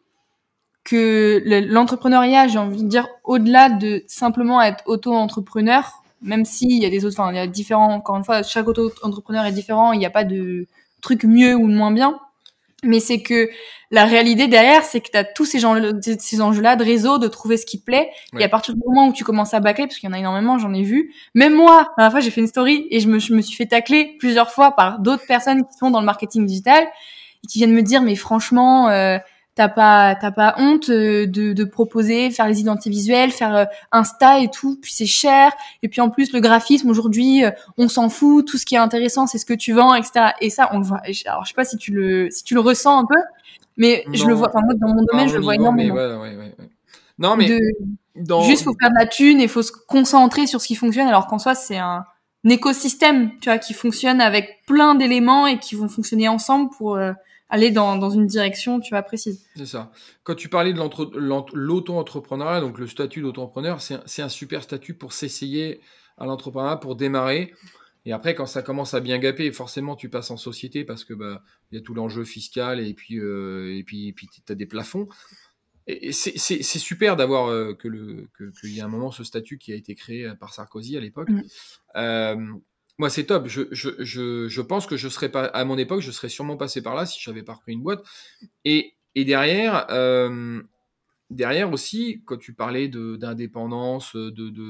que le- l'entrepreneuriat, j'ai envie de dire, au-delà de simplement être auto-entrepreneur, même s'il y a des autres, enfin, il y a différents, encore une fois, chaque auto-entrepreneur est différent, il n'y a pas de truc mieux ou de moins bien, mais c'est que la réalité derrière, c'est que tu as tous ces, gens, ces enjeux-là de réseau, de trouver ce qui te plaît, et à Ouais. partir du moment où tu commences à bâcler, parce qu'il y en a énormément, j'en ai vu, même moi, la dernière fois, j'ai fait une story et je me, je me suis fait tacler plusieurs fois par d'autres personnes qui sont dans le marketing digital, et qui viennent me dire, mais franchement, euh, t'as pas, t'as pas honte euh, de, de proposer, faire les identités visuelles, faire euh, Insta et tout, puis c'est cher, et puis en plus le graphisme aujourd'hui, euh, on s'en fout, tout ce qui est intéressant, c'est ce que tu vends, et cetera. Et ça, on le voit. Alors je sais pas si tu le, si tu le ressens un peu, mais je le vois. Non, Enfin moi dans mon pas à domaine, je mon le vois niveau, mais énormément. ouais, ouais, ouais, ouais. Non, De mais juste dans. faut faire de la thune et faut se concentrer sur ce qui fonctionne, alors qu'en soi c'est un, un écosystème, tu vois, qui fonctionne avec plein d'éléments et qui vont fonctionner ensemble pour euh, aller dans, dans une direction, tu vois, précise. C'est ça. Quand tu parlais de l'entre- l'ent- l'auto-entrepreneuriat, donc le statut d'auto-entrepreneur, c'est un, c'est un super statut pour s'essayer à l'entrepreneuriat, pour démarrer. Et après, quand ça commence à bien gaper, forcément, tu passes en société parce que bah, il y a tout l'enjeu fiscal et puis euh, et puis et puis t'as des plafonds. Et, et c'est c'est- c'est super d'avoir euh, que le que- qu'il y ait un moment ce statut qui a été créé par Sarkozy à l'époque. Mm. Euh, Moi, c'est top. Je, je, je, je pense que je serais pas à mon époque, je serais sûrement passé par là si j'avais pas repris une boîte. Et, et derrière, euh, derrière aussi, quand tu parlais de, d'indépendance, de, de,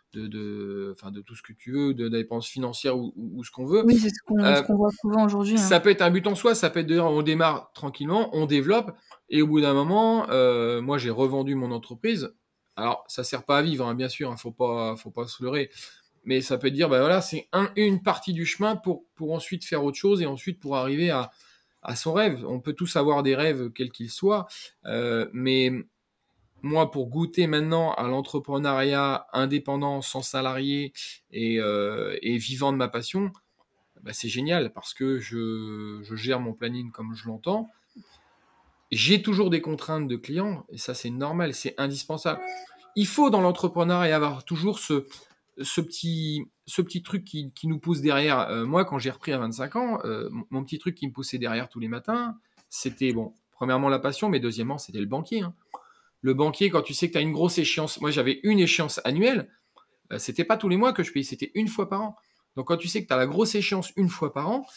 de, de, enfin, de tout ce que tu veux, de, de la dépense financière ou, ou, ou ce qu'on veut. Oui, c'est ce qu'on, Euh, ce qu'on voit souvent aujourd'hui. Ça hein. peut être un but en soi, ça peut être d'ailleurs, on démarre tranquillement, on développe, et au bout d'un moment, euh, moi j'ai revendu mon entreprise. Alors, ça sert pas à vivre, hein, bien sûr, hein, faut pas, faut pas se leurrer. Mais ça peut dire, ben voilà, c'est un, une partie du chemin pour, pour ensuite faire autre chose et ensuite pour arriver à, à son rêve. On peut tous avoir des rêves, quels qu'ils soient, euh, mais moi, pour goûter maintenant à l'entrepreneuriat indépendant, sans salarié et, euh, et vivant de ma passion, bah, c'est génial parce que je, je gère mon planning comme je l'entends. J'ai toujours des contraintes de clients et ça, c'est normal, c'est indispensable. Il faut dans l'entrepreneuriat avoir toujours ce, ce, petit, ce petit truc qui, qui nous pousse derrière. Euh, moi, quand j'ai repris à vingt-cinq ans, euh, mon, mon petit truc qui me poussait derrière tous les matins, c'était, bon, premièrement la passion, mais deuxièmement, c'était le banquier. Hein. Le banquier, quand tu sais que tu as une grosse échéance, moi j'avais une échéance annuelle, euh, c'était pas tous les mois que je payais, c'était une fois par an. Donc quand tu sais que tu as la grosse échéance une fois par an,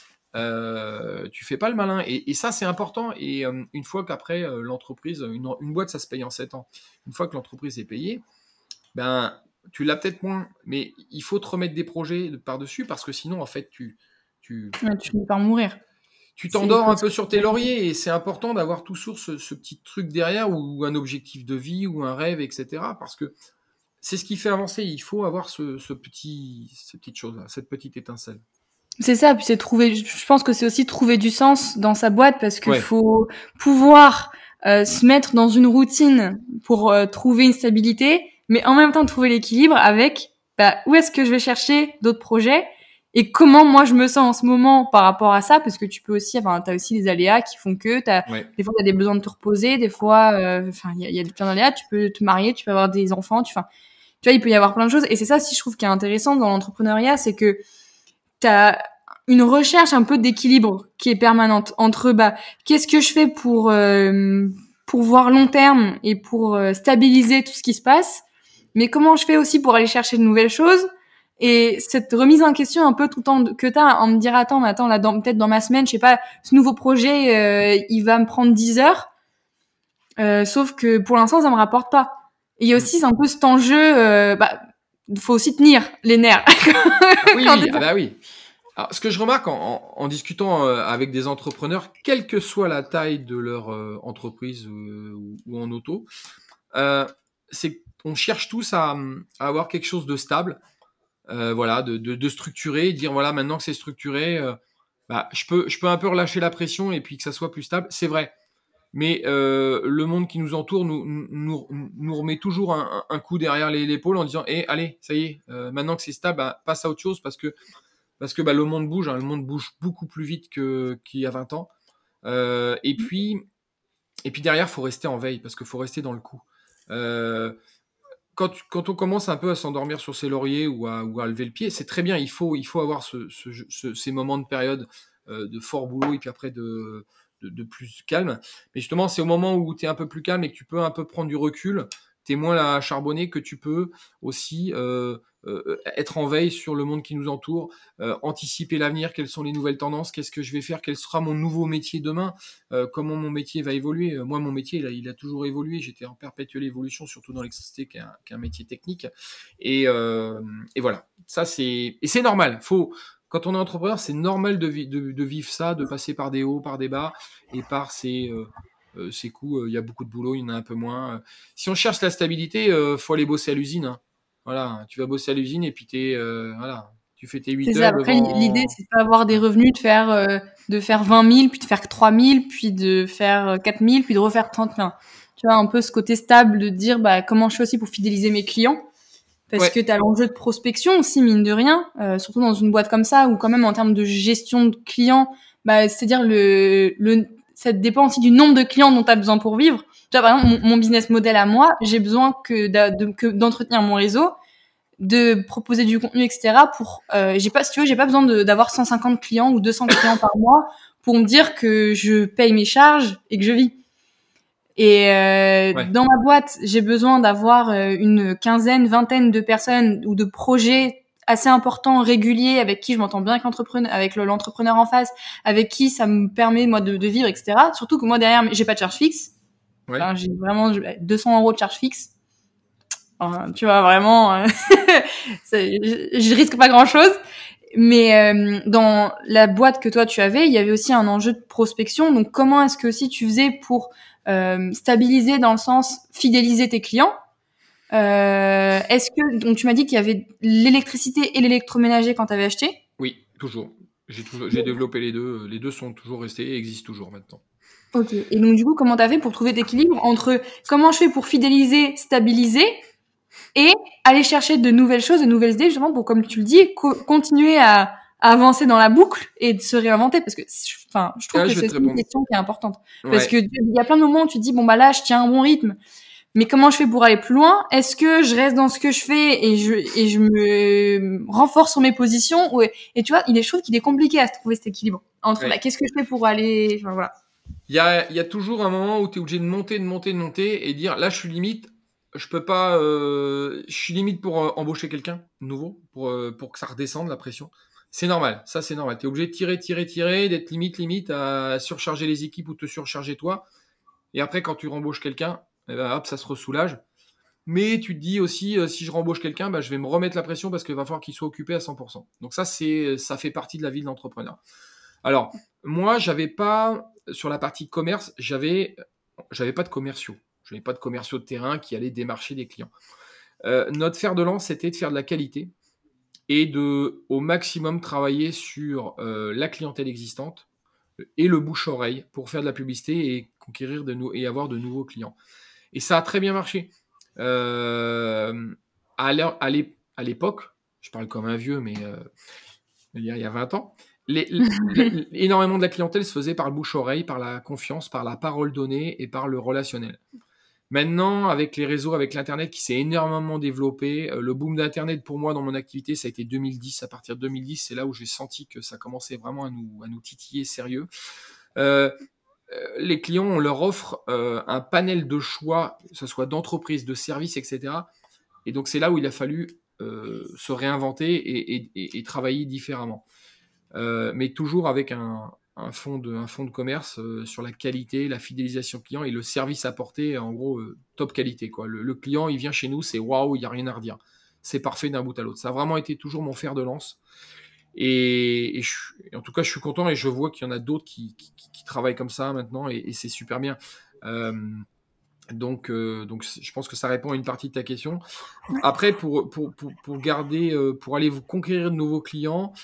euh, tu fais pas le malin. Et, et ça, c'est important. Et euh, une fois qu'après, euh, l'entreprise, une, une boîte, ça se paye en sept ans. Une fois que l'entreprise est payée, ben, tu l'as peut-être moins. Mais il faut te remettre des projets par-dessus parce que sinon, en fait, tu, tu, Ouais, tu finis par mourir. tu C'est, il t'endors faut un se- peu sur tes lauriers. Et c'est important d'avoir toujours ce, ce petit truc derrière ou un objectif de vie ou un rêve, et cetera. Parce que c'est ce qui fait avancer. Il faut avoir ce, ce petit, ces petites choses-là, cette petite étincelle. C'est ça, puis c'est trouver, je pense que c'est aussi trouver du sens dans sa boîte parce qu'il Ouais. faut pouvoir euh, se mettre dans une routine pour euh, trouver une stabilité, mais en même temps trouver l'équilibre avec bah, où est-ce que je vais chercher d'autres projets et comment moi je me sens en ce moment par rapport à ça, parce que tu peux aussi, enfin, t'as aussi des aléas qui font que t'as, Ouais. des fois t'as des besoins de te reposer, des fois, euh, enfin, il y a, y a plein d'aléas, tu peux te marier, tu peux avoir des enfants, tu, enfin, tu vois, il peut y avoir plein de choses, et c'est ça si je trouve qui est intéressant dans l'entrepreneuriat, c'est que t'as une recherche un peu d'équilibre qui est permanente entre bah qu'est-ce que je fais pour euh, pour voir long terme et pour euh, stabiliser tout ce qui se passe, mais comment je fais aussi pour aller chercher de nouvelles choses, et cette remise en question un peu tout le temps que t'as en me dire attends mais attends là dans, peut-être dans ma semaine je sais pas ce nouveau projet euh, il va me prendre dix heures euh, sauf que pour l'instant ça me rapporte pas, et il y a aussi un peu cet enjeu euh, bah faut aussi tenir les nerfs. Ah, oui, Quand oui, t'es- ah bah oui. Alors, ce que je remarque en, en, en discutant euh, avec des entrepreneurs, quelle que soit la taille de leur euh, entreprise euh, ou, ou en auto, euh, c'est qu'on cherche tous à, à avoir quelque chose de stable, euh, voilà, de, de, de structuré, et dire voilà, maintenant que c'est structuré, euh, bah, je peux, je peux un peu relâcher la pression et puis que ça soit plus stable. C'est vrai. Mais euh, le monde qui nous entoure nous, nous, nous remet toujours un, un coup derrière les- l'épaule en disant eh, allez, ça y est, euh, maintenant que c'est stable, bah, passe à autre chose parce que parce que bah, le monde bouge, hein, le monde bouge beaucoup plus vite que, qu'il y a vingt ans. Euh, et puis, et puis derrière, faut rester en veille parce qu'il faut rester dans le coup. Euh, quand, tu- quand on commence un peu à s'endormir sur ses lauriers ou à, ou à lever le pied, c'est très bien. Il faut, il faut avoir ce, ce, ce- ces moments de période euh, de fort boulot et puis après de, de, de plus calme. Mais justement, c'est au moment où tu es un peu plus calme et que tu peux un peu prendre du recul, tu es moins là à charbonner, que tu peux aussi euh, euh, être en veille sur le monde qui nous entoure, euh, anticiper l'avenir, quelles sont les nouvelles tendances, qu'est-ce que je vais faire, quel sera mon nouveau métier demain, euh, comment mon métier va évoluer. Euh, Moi, mon métier, il a, il a toujours évolué. J'étais en perpétuelle évolution, surtout dans l'électricité, qui est un, qui est un métier technique. Et, euh, et voilà. Ça, c'est et c'est normal. Faut quand on est entrepreneur, c'est normal de, vi- de, de vivre ça, de passer par des hauts, par des bas, et par ces euh, euh, ces coups. Il y a beaucoup de boulot, il y en a un peu moins. Si on cherche la stabilité, euh, faut aller bosser à l'usine. Hein. Voilà, tu vas bosser à l'usine et puis t'es euh, voilà, tu fais tes C'est huit ça. heures Après, l'idée, devant. c'est pas avoir des revenus, de faire, euh, de faire vingt mille, puis de faire trois mille, puis de faire euh, quatre mille, puis de refaire trente mille. Tu vois, un peu ce côté stable de dire, bah, comment je fais aussi pour fidéliser mes clients. Parce que Ouais, t'as l'enjeu de prospection aussi, mine de rien, euh, surtout dans une boîte comme ça, où quand même, en termes de gestion de clients, bah, c'est-à-dire le, le, ça dépend aussi du nombre de clients dont t'as besoin pour vivre. Tu vois, par exemple, mon, mon business model à moi, j'ai besoin que, d'a- de, que d'entretenir mon réseau, de proposer du contenu, et cetera. Pour, euh, j'ai pas, si tu veux, j'ai pas besoin de, d'avoir cent cinquante clients ou deux cents clients par mois pour me dire que je paye mes charges et que je vis. Et euh, ouais. dans ma boîte, j'ai besoin d'avoir euh, une quinzaine, vingtaine de personnes ou de projets assez importants, réguliers, avec qui je m'entends bien avec l'entrepreneur, avec le- l'entrepreneur en face, avec qui ça me permet moi de, de vivre, et cetera. Surtout que moi derrière, j'ai pas de charge fixe. Ouais. Enfin, j'ai vraiment deux cents euros de charge fixe. Enfin, tu vois, vraiment, euh, je, je risque pas grand-chose. Mais euh, dans la boîte que toi tu avais, il y avait aussi un enjeu de prospection. Donc comment est-ce que aussi tu faisais pour euh, stabiliser dans le sens fidéliser tes clients? euh, Est-ce que donc tu m'as dit qu'il y avait l'électricité et l'électroménager quand tu avais acheté? Oui, toujours. J'ai toujours, j'ai développé les deux. Les deux sont toujours restés et existent toujours maintenant. Ok. Et donc du coup, comment t'as fait pour trouver l'équilibre entre comment je fais pour fidéliser, stabiliser et aller chercher de nouvelles choses, de nouvelles idées, justement pour, comme tu le dis, co- continuer à, à avancer dans la boucle et de se réinventer, parce que, enfin, je trouve Ah, que je vais c'est te aussi une répondre. question qui est importante, parce que Ouais. il y a plein de moments où tu te dis bon bah là je tiens un bon rythme, mais comment je fais pour aller plus loin? Est-ce que je reste dans ce que je fais et je et je me renforce sur mes positions? Ou, et tu vois, il est, je trouve qu'il est compliqué à se trouver cet équilibre entre bah, Ouais. qu'est-ce que je fais pour aller, enfin voilà. Il y a, il y a toujours un moment où tu es obligé de monter, de monter, de monter et dire là, je suis limite. Je peux pas. Euh, je suis limite pour euh, embaucher quelqu'un de nouveau pour, euh, pour que ça redescende la pression. C'est normal. Ça, c'est normal. Tu es obligé de tirer, tirer, tirer, d'être limite, limite à surcharger les équipes ou te surcharger toi. Et après, quand tu rembauches quelqu'un, eh ben, hop, ça se ressoulage. Mais tu te dis aussi, euh, si je rembauche quelqu'un, bah, je vais me remettre la pression parce qu'il va falloir qu'il soit occupé à cent pour cent. Donc ça, c'est, ça fait partie de la vie de l'entrepreneur. Alors, moi, j'avais pas, sur la partie commerce, j'avais, j'avais pas de commerciaux. Je n'avais pas de commerciaux de terrain qui allaient démarcher des clients. Euh, notre fer de lance, c'était de faire de la qualité et de, au maximum, travailler sur euh, la clientèle existante et le bouche-oreille pour faire de la publicité et conquérir de nou- et avoir de nouveaux clients. Et ça a très bien marché. Euh, à l'heure- à l'é- à l'époque, je parle comme un vieux, mais euh, il y a il y a vingt ans, les- les- énormément de la clientèle se faisait par le bouche-oreille, par la confiance, par la parole donnée et par le relationnel. Maintenant, avec les réseaux, avec l'Internet qui s'est énormément développé, euh, le boom d'Internet pour moi dans mon activité, ça a été deux mille dix. À partir de deux mille dix, c'est là où j'ai senti que ça commençait vraiment à nous, à nous titiller sérieux. Euh, euh, les clients, on leur offre euh, un panel de choix, que ce soit d'entreprise, de services, et cetera. Et donc, c'est là où il a fallu euh, se réinventer et, et- et- et travailler différemment. Euh, mais toujours avec un, un fonds de, un fonds de commerce euh, sur la qualité, la fidélisation client et le service apporté, en gros, euh, top qualité, quoi. Le, le client, il vient chez nous, c'est waouh, il n'y a rien à redire. C'est parfait d'un bout à l'autre. Ça a vraiment été toujours mon fer de lance. Et, et, je, et en tout cas, je suis content et je vois qu'il y en a d'autres qui, qui, qui travaillent comme ça maintenant et, et c'est super bien. Euh, donc, euh, donc, je pense que ça répond à une partie de ta question. Après, pour, pour, pour, pour garder, euh, pour aller vous conquérir de nouveaux clients,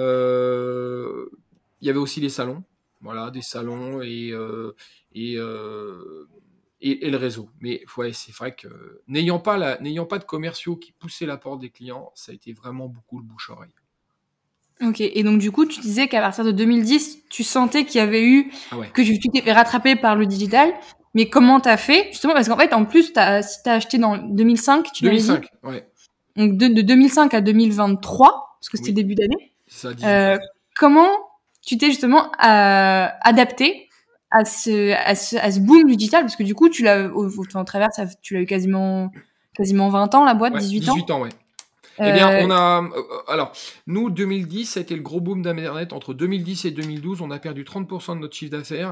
euh, il y avait aussi les salons. Voilà, des salons et, euh, et, euh, et, et le réseau. Mais ouais, c'est vrai que n'ayant pas, la, n'ayant pas de commerciaux qui poussaient la porte des clients, ça a été vraiment beaucoup le bouche-oreille. Ok, et donc du coup, tu disais qu'à partir de deux mille dix, tu sentais qu'il y avait eu, Ah ouais. que tu tu t'es fait rattraper par le digital, mais comment t'as fait? Justement, parce qu'en fait, en plus, t'as, si t'as acheté dans deux mille cinq, tu m'avais dit, deux mille cinq, ouais. donc de, de deux mille cinq à deux mille vingt-trois, parce que c'était Oui, début d'année, c'est ça, dix-huit euh, ans. comment tu t'es justement euh, adapté à ce, à ce, à ce boom du digital, parce que du coup, tu l'as, au, au, au travers, ça, tu l'as eu quasiment, quasiment vingt ans, la boîte, Ouais, dix-huit ans. dix-huit ans, ouais. Eh bien, Euh, on a. euh, alors, nous, deux mille dix, ça a été le gros boom d'Internet. Entre deux mille dix et deux mille douze, on a perdu trente pour cent de notre chiffre d'affaires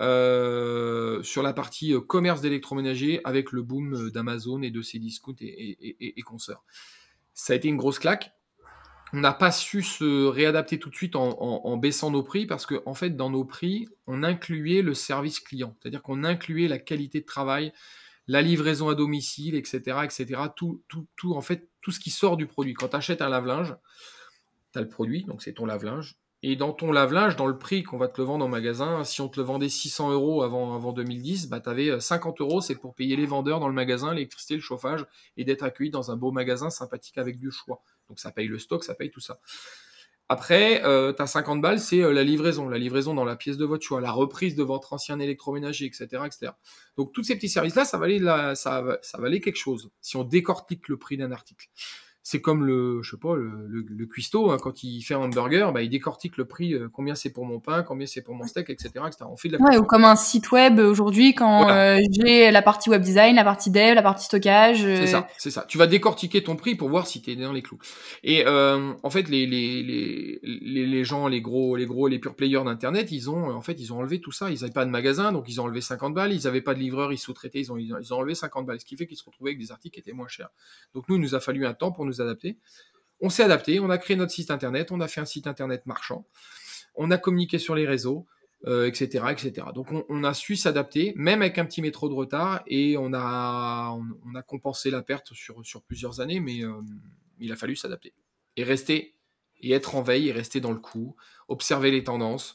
euh, sur la partie euh, commerce d'électroménager avec le boom euh, d'Amazon et de Cdiscount et, et, et, et consorts. Ça a été une grosse claque. On n'a pas su se réadapter tout de suite en, en, en baissant nos prix parce qu'en en fait, dans nos prix, on incluait le service client. C'est-à-dire qu'on incluait la qualité de travail, la livraison à domicile, et cetera, et cetera. Tout, tout, tout, en fait, tout ce qui sort du produit. Quand tu achètes un lave-linge, tu as le produit, donc c'est ton lave-linge. Et dans ton lave-linge, dans le prix qu'on va te le vendre en magasin, si on te le vendait six cents euros avant, avant deux mille dix, bah, tu avais cinquante euros, c'est pour payer les vendeurs dans le magasin, l'électricité, le chauffage, et d'être accueilli dans un beau magasin sympathique avec du choix. Donc ça paye le stock, ça paye tout ça. Après, euh, tu as cinquante balles, c'est euh, la livraison. La livraison dans la pièce de votre choix, la reprise de votre ancien électroménager, et cetera, et cetera. Donc, tous ces petits services-là, ça valait, la, ça, ça valait quelque chose, si on décortique le prix d'un article. c'est comme le, je sais pas, le, le, le cuistot, hein, quand il fait un hamburger, bah, il décortique le prix, euh, combien c'est pour mon pain, combien c'est pour mon steak, et cetera, et cetera. On fait de la Ouais, ou culture. comme un site web aujourd'hui, quand Voilà. euh, j'ai la partie web design, la partie dev, la partie stockage. C'est euh, ça, c'est ça. Tu vas décortiquer ton prix pour voir si tu es dans les clous. Et euh, en fait, les, les, les, les, les gens, les gros, les gros, les pure players d'internet, ils ont en fait, ils ont enlevé tout ça. Ils n'avaient pas de magasin, donc ils ont enlevé cinquante balles. Ils n'avaient pas de livreur, ils sous-traitaient, ils ont, ils ont enlevé cinquante balles. Ce qui fait qu'ils se retrouvaient avec des articles qui étaient moins chers. Donc nous, il nous a fallu un temps pour nous adapter. On s'est adapté, on a créé notre site internet, on a fait un site internet marchand, on a communiqué sur les réseaux. Euh, et cetera, et cetera. Donc on, on a su s'adapter, même avec un petit métro de retard, et on a, on, on a compensé la perte sur, sur plusieurs années, mais euh, il a fallu s'adapter. Et rester, et être en veille, et rester dans le coup, observer les tendances,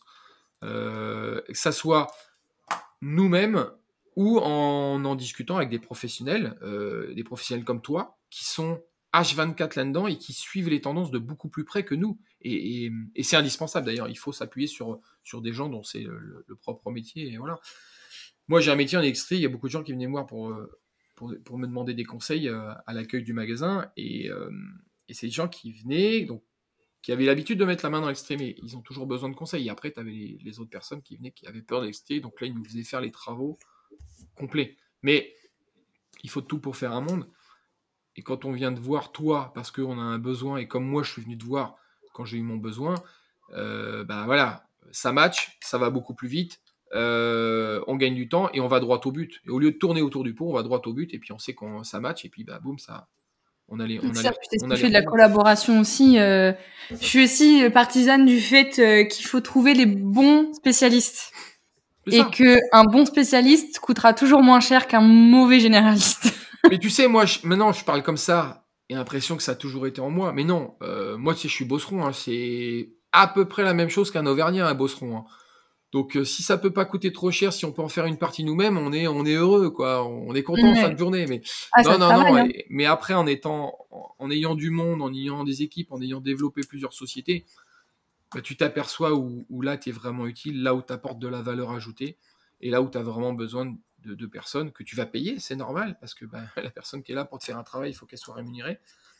euh, que ça soit nous-mêmes ou en en discutant avec des professionnels, euh, des professionnels comme toi, qui sont H vingt-quatre là-dedans et qui suivent les tendances de beaucoup plus près que nous. Et, et, et c'est indispensable d'ailleurs, il faut s'appuyer sur, sur des gens dont c'est le, le propre métier. Et voilà. Moi j'ai un métier en extrait, il y a beaucoup de gens qui venaient me voir pour, pour, pour me demander des conseils euh, à l'accueil du magasin. Et, euh, et c'est des gens qui venaient, donc, qui avaient l'habitude de mettre la main dans l'extrait, mais ils ont toujours besoin de conseils. Et après, tu avais les, les autres personnes qui venaient, qui avaient peur de l'extrait, donc là, ils nous faisaient faire les travaux complets. Mais il faut tout pour faire un monde. Et quand on vient de voir toi, parce qu'on a un besoin, et comme moi, je suis venu te voir quand j'ai eu mon besoin, euh, bah voilà, ça match, ça va beaucoup plus vite, euh, on gagne du temps et on va droit au but. Et au lieu de tourner autour du pot, on va droit au but, et puis on sait qu'on ça match, et puis bah boum, ça, on a les, on a Ça, les, puis c'est ce on qui a les fait de la rebonds. collaboration aussi. euh, Je suis aussi partisane du fait euh, qu'il faut trouver les bons spécialistes. C'est Et ça. que un bon spécialiste coûtera toujours moins cher qu'un mauvais généraliste. Mais tu sais, moi, je, maintenant, je parle comme ça, et l'impression que ça a toujours été en moi. Mais non, euh, moi, tu sais, je suis bosseron, hein, c'est à peu près la même chose qu'un Auvergnat, un bosseron. Hein. Donc, euh, si ça peut pas coûter trop cher, si on peut en faire une partie nous-mêmes, on est, on est heureux, quoi. On est content en fin Ouais. de journée. Mais Ah, non, ça non, non. travaille, hein. et- mais après, en étant, en, en ayant du monde, en ayant des équipes, en ayant développé plusieurs sociétés, bah, tu t'aperçois où, où là, tu es vraiment utile, là où tu apportes de la valeur ajoutée, et là où tu as vraiment besoin de, de personnes que tu vas payer, c'est normal, parce que bah, la personne qui est là pour te faire un travail, il faut qu'elle soit rémunérée,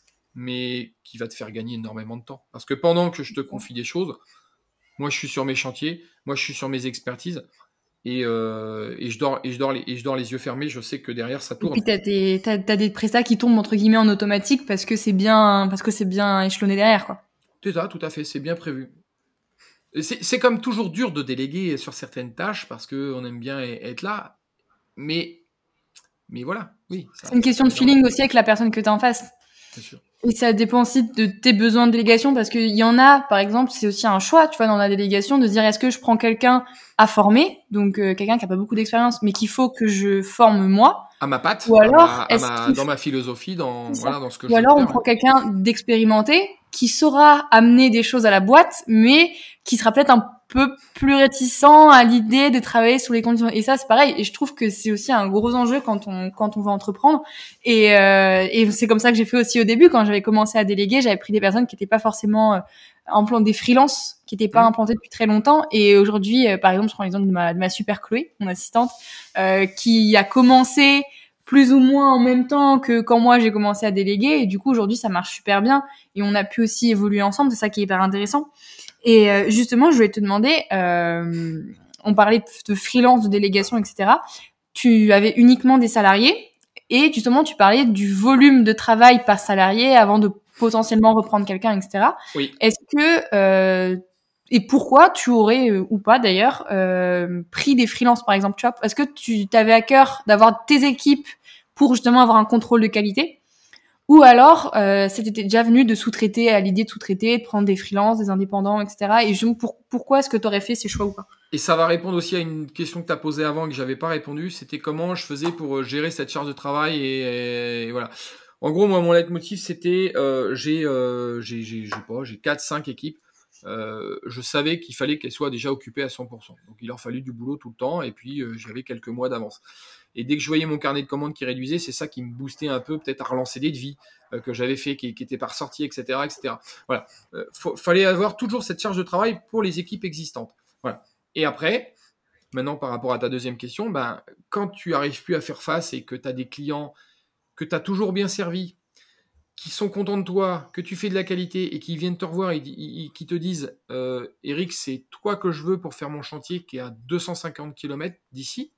mais qui va te faire gagner énormément de temps. Parce que pendant que je te confie des choses, moi je suis sur mes chantiers, moi je suis sur mes expertises, et, euh, et, je, dors, et, je, dors les, et je dors les yeux fermés, je sais que derrière ça Et tourne. puis t'as des t'as, t'as des prestats qui tombent entre guillemets en automatique parce que c'est bien parce que c'est bien échelonné derrière, quoi. C'est ça, tout à fait, c'est bien prévu. C'est, c'est comme toujours dur de déléguer sur certaines tâches, parce qu'on aime bien être là, mais, mais voilà, oui, C'est ça, une ça question fait de énormément, feeling aussi avec la personne que t'as en face. bien sûr. Et ça dépend aussi de tes besoins de délégation parce qu'il y en a, par exemple, c'est aussi un choix, tu vois, dans la délégation, de se dire est-ce que je prends quelqu'un à former, donc euh, quelqu'un qui a pas beaucoup d'expérience, mais qu'il faut que je forme moi, À ma patte, ou à ma, alors à est-ce ma, qu'il dans ma philosophie, dans, C'est ça. voilà, dans ce que Ou je veux alors on faire. Ouais. prend quelqu'un d'expérimenté qui saura amener des choses à la boîte, mais qui sera peut-être un peu plus réticent à l'idée de travailler sous les conditions. Et ça, c'est pareil. Et je trouve que c'est aussi un gros enjeu quand on quand on va entreprendre. Et, euh, et c'est comme ça que j'ai fait aussi au début quand j'avais commencé à déléguer. J'avais pris des personnes qui n'étaient pas forcément euh, implantées, des freelances qui n'étaient pas Mmh. implantées depuis très longtemps. Et aujourd'hui, euh, par exemple, je prends l'exemple de ma, de ma super Chloé, mon assistante, euh, qui a commencé plus ou moins en même temps que quand moi j'ai commencé à déléguer, et du coup aujourd'hui ça marche super bien et on a pu aussi évoluer ensemble, c'est ça qui est hyper intéressant. Et euh, justement je voulais te demander, euh, on parlait de, de freelance, de délégation, etc. Tu avais uniquement des salariés et justement tu parlais du volume de travail par salarié avant de potentiellement reprendre quelqu'un, etc. Oui. Est-ce que euh, et pourquoi tu aurais, euh, ou pas d'ailleurs, euh, pris des freelances par exemple, tu vois? Est-ce que tu t'avais à cœur d'avoir tes équipes pour justement avoir un contrôle de qualité? Ou alors, euh, c'était déjà venu de sous-traiter, à l'idée de sous-traiter, de prendre des freelances, des indépendants, et cetera. Et je, pour, pourquoi est-ce que tu aurais fait ces choix ou pas? Et ça va répondre aussi à une question que tu as posée avant et que j'avais pas répondu. C'était comment je faisais pour gérer cette charge de travail et, et voilà. En gros, moi, mon leitmotiv, c'était euh, j'ai, euh, j'ai, j'ai, j'ai pas, j'ai quatre, cinq équipes. Euh, je savais qu'il fallait qu'elles soient déjà occupées à cent pour cent. Donc, il leur fallut du boulot tout le temps et puis euh, j'avais quelques mois d'avance. Et dès que je voyais mon carnet de commandes qui réduisait, c'est ça qui me boostait un peu, peut-être à relancer des devis euh, que j'avais fait, qui n'étaient pas ressortis, et cetera, et cetera. Voilà. Euh, faut, fallait avoir toujours cette charge de travail pour les équipes existantes. Voilà. Et après, maintenant par rapport à ta deuxième question, ben, quand tu n'arrives plus à faire face et que tu as des clients que tu as toujours bien servi, qui sont contents de toi, que tu fais de la qualité et qui viennent te revoir et qui te disent euh, « Eric, c'est toi que je veux pour faire mon chantier qui est à deux cent cinquante kilomètres d'ici.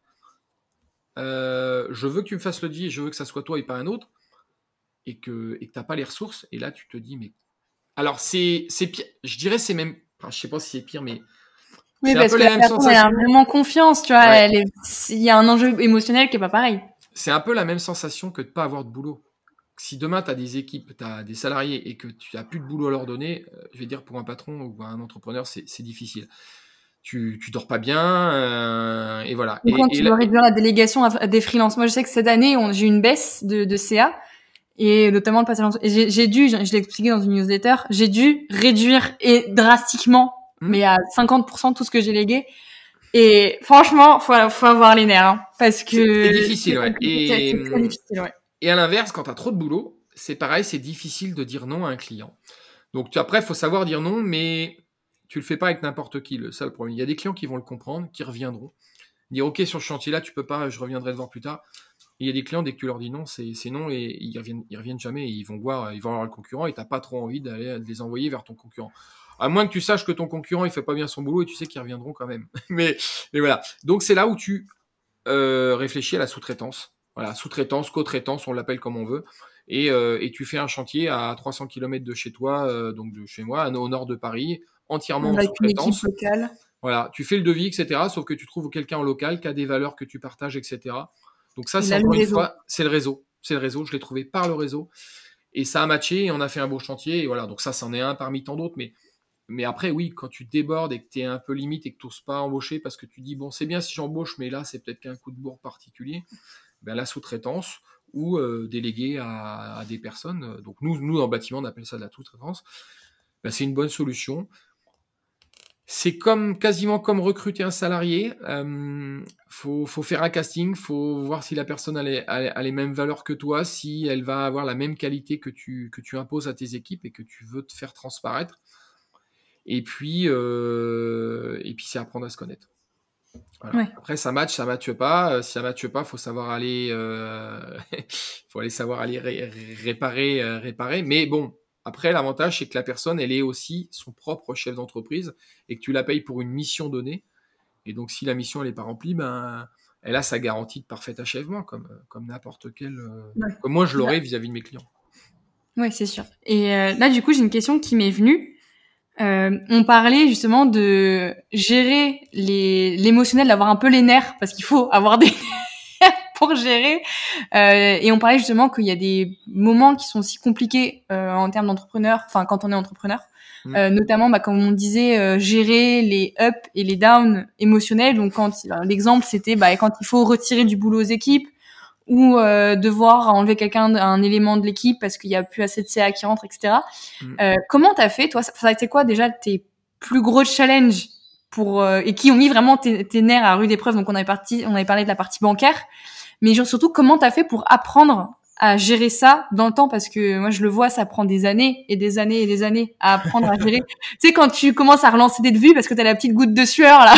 Euh, je veux que tu me fasses le devis, je veux que ça soit toi et pas un autre. » Et que et que tu n'as pas les ressources. Et là, tu te dis « mais… » Alors, c'est, c'est pire. Je dirais c'est même… Enfin, je ne sais pas si c'est pire, mais… Oui, c'est parce un peu que la la même personne, elle a sensation. vraiment confiance, tu vois. Ouais. Elle est... Il y a un enjeu émotionnel qui est pas pareil. C'est un peu la même sensation que de ne pas avoir de boulot. Si demain, tu as des équipes, tu as des salariés et que tu n'as plus de boulot à leur donner, euh, je vais dire pour un patron ou un entrepreneur, c'est, c'est difficile. Tu, tu dors pas bien, euh, et voilà. Donc, quand Et, et tu là, dois réduire la délégation à des freelances. Moi, je sais que cette année, on, j'ai eu une baisse de, de C A. Et notamment le passage en... et j'ai, j'ai dû, je, je l'ai expliqué dans une newsletter, j'ai dû réduire et drastiquement, hmm mais à cinquante pour cent tout ce que j'ai légué. Et franchement, faut, faut avoir les nerfs, hein, parce que c'est, c'est difficile, c'est ouais. compliqué, c'est, Et, c'est très difficile, ouais. et à l'inverse, quand tu as trop de boulot, c'est pareil, c'est difficile de dire non à un client. Donc tu, après, il faut savoir dire non, mais tu le fais pas avec n'importe qui. Le seul problème, il y a des clients qui vont le comprendre, qui reviendront. Dire ok, sur ce chantier-là, tu peux pas, je reviendrai te voir plus tard. Et il y a des clients, dès que tu leur dis non, c'est, c'est non, et ils reviennent, ils reviennent jamais, et ils vont voir, ils vont voir le concurrent, et t'as pas trop envie d'aller de les envoyer vers ton concurrent. À moins que tu saches que ton concurrent, il fait pas bien son boulot, et tu sais qu'ils reviendront quand même. mais, mais voilà. Donc c'est là où tu euh, réfléchis à la sous-traitance. Voilà, sous-traitance, co-traitance, on l'appelle comme on veut. Et, euh, et tu fais un chantier à trois cents kilomètres de chez toi, euh, donc de chez moi, au nord de Paris, entièrement en Avec une équipe sous-traitance. locale. Voilà, tu fais le devis, et cetera. Sauf que tu trouves quelqu'un en local qui a des valeurs que tu partages, et cetera. Donc ça, Et c'est là, le encore une réseau. fois, c'est le réseau. C'est le réseau. Je l'ai trouvé par le réseau. Et ça a matché et on a fait un beau chantier. Et voilà, donc ça, c'en est un parmi tant d'autres. Mais, mais après, oui, quand tu débordes et que tu es un peu limite et que tu n'oses pas embaucher parce que tu dis, bon, c'est bien si j'embauche, mais là, c'est peut-être qu'un coup de bourre particulier. Ben, la sous-traitance ou euh, déléguer à, à des personnes. Donc nous, nous, dans le bâtiment, on appelle ça de la sous-traitance. Ben, c'est une bonne solution. C'est comme quasiment comme recruter un salarié. Euh, faut, faut faire un casting, faut voir si la personne a les, a, a les mêmes valeurs que toi, si elle va avoir la même qualité que tu, que tu imposes à tes équipes et que tu veux te faire transparaître. Et puis, euh, et puis c'est apprendre à se connaître. Voilà. Ouais. Après, ça match, ça matche pas. Si ça matche pas, faut savoir aller, euh... faut aller savoir aller ré- réparer, euh, réparer. Mais bon, après, l'avantage, c'est que la personne, elle est aussi son propre chef d'entreprise et que tu la payes pour une mission donnée. Et donc, si la mission, elle n'est pas remplie, ben, elle a sa garantie de parfait achèvement, comme, comme n'importe quel, euh... Ouais. comme moi, je l'aurais vis-à-vis de mes clients. Oui, c'est sûr. Et euh, là, du coup, j'ai une question qui m'est venue. Euh, on parlait justement de gérer les, l'émotionnel, d'avoir un peu les nerfs, parce qu'il faut avoir des nerfs pour gérer. Euh, et on parlait justement qu'il y a des moments qui sont aussi compliqués euh, en termes d'entrepreneur, enfin quand on est entrepreneur, Mm. euh, notamment bah, comme on disait, euh, gérer les ups et les downs émotionnels. Donc quand alors, l'exemple c'était bah, quand il faut retirer du boulot aux équipes, ou euh, devoir enlever quelqu'un, un élément de l'équipe parce qu'il y a plus assez de C A qui rentre, et cetera. Mm. Euh, comment t'as fait, toi? Ça, ça a été quoi déjà tes plus gros challenges pour euh, et qui ont mis vraiment tes, tes nerfs à rude épreuve? Donc on avait parti, on avait parlé de la partie bancaire, mais genre, surtout comment t'as fait pour apprendre à gérer ça dans le temps, parce que moi je le vois, ça prend des années et des années et des années à apprendre à gérer. Tu sais, quand tu commences à relancer des devis parce que t'as la petite goutte de sueur là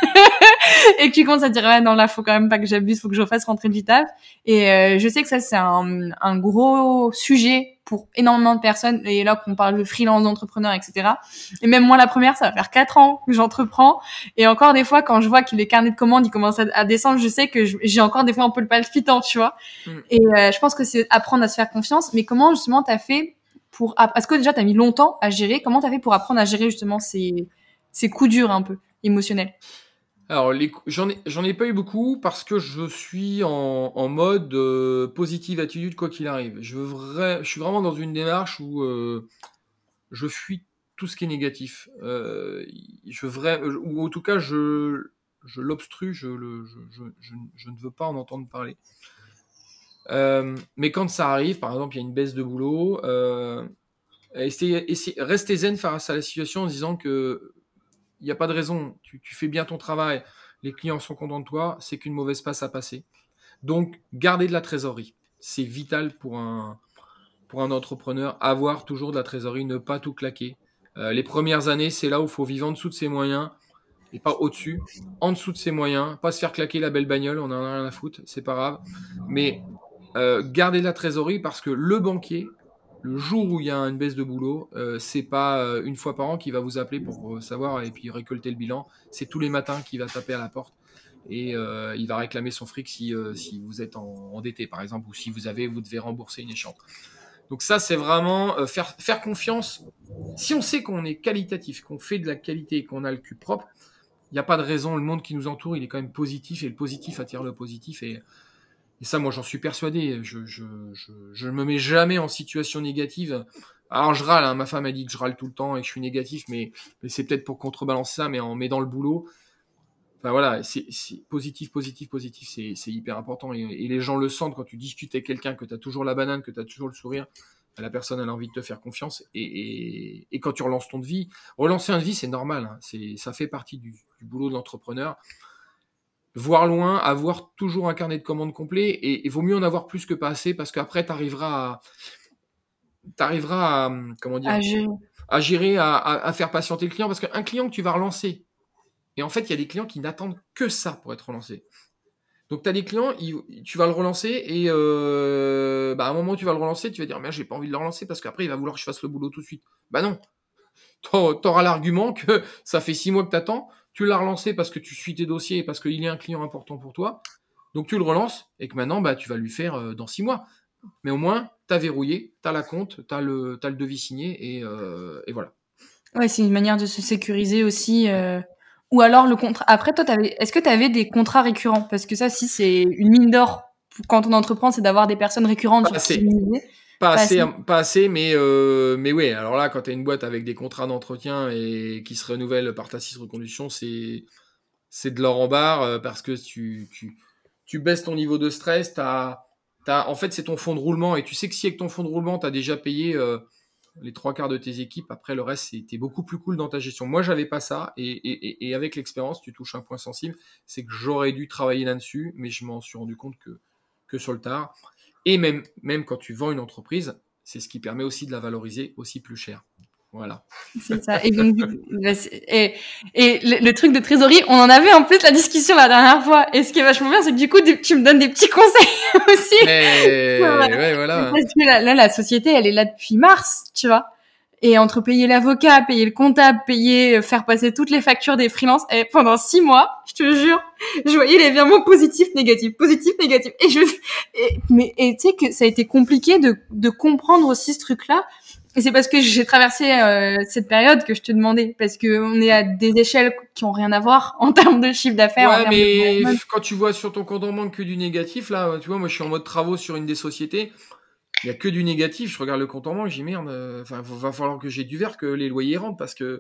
et que tu commences à dire ouais non là faut quand même pas que j'abuse, faut que je fasse rentrer du taf. Et euh, je sais que ça c'est un, un gros sujet pour énormément de personnes, et là qu'on parle de freelance, d'entrepreneurs, et cetera. Et même moi la première, ça va faire quatre ans que j'entreprends, et encore des fois quand je vois que les carnets de commandes ils commencent à, à descendre, je sais que je, j'ai encore des fois un peu le palpitant, tu vois. Mm. Et euh, je pense que c'est apprendre à se faire confiance. Mais comment justement t'as fait pour, parce que déjà t'as mis longtemps à gérer, comment t'as fait pour apprendre à gérer justement ces ces coups durs un peu émotionnels? Alors, les, j'en, ai, j'en ai pas eu beaucoup parce que je suis en, en mode euh, positive attitude quoi qu'il arrive. Je, veux vra- je suis vraiment dans une démarche où euh, je fuis tout ce qui est négatif. Euh, je vra- ou en tout cas, je, je l'obstrue, je, le, je, je, je, je ne veux pas en entendre parler. Euh, mais quand ça arrive, par exemple, il y a une baisse de boulot, euh, essayez, essayez, restez zen face à la situation en se disant que il n'y a pas de raison, tu, tu fais bien ton travail, les clients sont contents de toi, c'est qu'une mauvaise passe à passer. Donc, garder de la trésorerie. C'est vital pour un, pour un entrepreneur, avoir toujours de la trésorerie, ne pas tout claquer. Euh, les premières années, c'est là où il faut vivre en dessous de ses moyens et pas au-dessus. En dessous de ses moyens, pas se faire claquer la belle bagnole, on en a rien à foutre, c'est pas grave. Mais euh, garder de la trésorerie parce que le banquier, le jour où il y a une baisse de boulot, euh, c'est pas euh, une fois par an qu'il va vous appeler pour euh, savoir et puis récolter le bilan. C'est tous les matins qu'il va taper à la porte et euh, il va réclamer son fric si, euh, si vous êtes en, endetté, par exemple, ou si vous avez, vous devez rembourser une échéance. Donc ça, c'est vraiment euh, faire, faire confiance. Si on sait qu'on est qualitatif, qu'on fait de la qualité et qu'on a le cul propre, il n'y a pas de raison. Le monde qui nous entoure, il est quand même positif et le positif attire le positif. Et, et ça, moi, j'en suis persuadé. Je, je, je, je ne me mets jamais en situation négative. Alors, je râle. Hein, ma femme a dit que je râle tout le temps et que je suis négatif, mais, mais c'est peut-être pour contrebalancer ça. Mais en met dans le boulot, enfin voilà, c'est, c'est positif, positif, positif. C'est, c'est hyper important. Et, et les gens le sentent quand tu discutes avec quelqu'un, que tu as toujours la banane, que tu as toujours le sourire. La personne elle a envie de te faire confiance et, et, et quand tu relances ton devis, relancer un devis c'est normal, hein, c'est, ça fait partie du, du boulot de l'entrepreneur. Voir loin, avoir toujours un carnet de commandes complet et il vaut mieux en avoir plus que pas assez parce qu'après tu arriveras à, à, comment dire, à gérer. à, gérer à, à, à faire patienter le client parce qu'un client que tu vas relancer, et en fait il y a des clients qui n'attendent que ça pour être relancés. Donc, tu as des clients, il, tu vas le relancer et euh, bah, à un moment où tu vas le relancer, tu vas dire, mais j'ai pas envie de le relancer parce qu'après, il va vouloir que je fasse le boulot tout de suite. Bah non, tu auras l'argument que ça fait six mois que tu attends, tu l'as relancé parce que tu suis tes dossiers et parce qu'il est un client important pour toi. Donc, tu le relances et que maintenant, bah, tu vas lui faire euh, dans six mois. Mais au moins, tu as verrouillé, tu as la compte, tu as le, t'as le devis signé et, euh, et voilà. Ouais, c'est une manière de se sécuriser aussi. Euh... Ou alors le contrat. Après, toi, t'avais... est-ce que tu avais des contrats récurrents? Parce que ça, si c'est une mine d'or quand on entreprend, c'est d'avoir des personnes récurrentes Pas sur qui assez. miser. Pas, Pas assez, assez. pas assez, mais, euh, mais ouais, alors là, quand tu as une boîte avec des contrats d'entretien et qui se renouvellent par tacite reconduction, c'est, c'est de l'or en barre euh, parce que tu, tu, tu baisses ton niveau de stress. T'as, t'as, en fait, c'est ton fonds de roulement et tu sais que si avec ton fonds de roulement, tu as déjà payé euh, les trois quarts de tes équipes, après le reste, c'était beaucoup plus cool dans ta gestion. Moi, j'avais pas ça et, et, et avec l'expérience, tu touches un point sensible, c'est que j'aurais dû travailler là-dessus, mais je m'en suis rendu compte que, que sur le tard. Et même, même quand tu vends une entreprise, c'est ce qui permet aussi de la valoriser aussi plus cher. Voilà. C'est ça. Et donc, et, et le, le truc de trésorerie, on en avait en plus la discussion la dernière fois. Et ce qui est vachement bien, c'est que du coup, tu me donnes des petits conseils aussi. Mais, ouais, voilà. Parce que là, là, la société, elle est là depuis mars, tu vois. Et entre payer l'avocat, payer le comptable, payer, faire passer toutes les factures des freelances, et pendant six mois, je te jure, je voyais les virements positifs, négatifs, positifs, négatifs. Et je, et, mais, et tu sais que ça a été compliqué de, de comprendre aussi ce truc-là. Et c'est parce que j'ai traversé euh, cette période que je te demandais, parce que on est à des échelles qui ont rien à voir en termes de chiffre d'affaires. Ouais, en termes mais de... quand tu vois sur ton compte en banque que du négatif, là, tu vois, moi je suis en mode travaux sur une des sociétés. Il y a que du négatif. Je regarde le compte en banque, j'ai merde. Enfin, euh, va falloir que j'ai du vert, que les loyers rentrent, parce que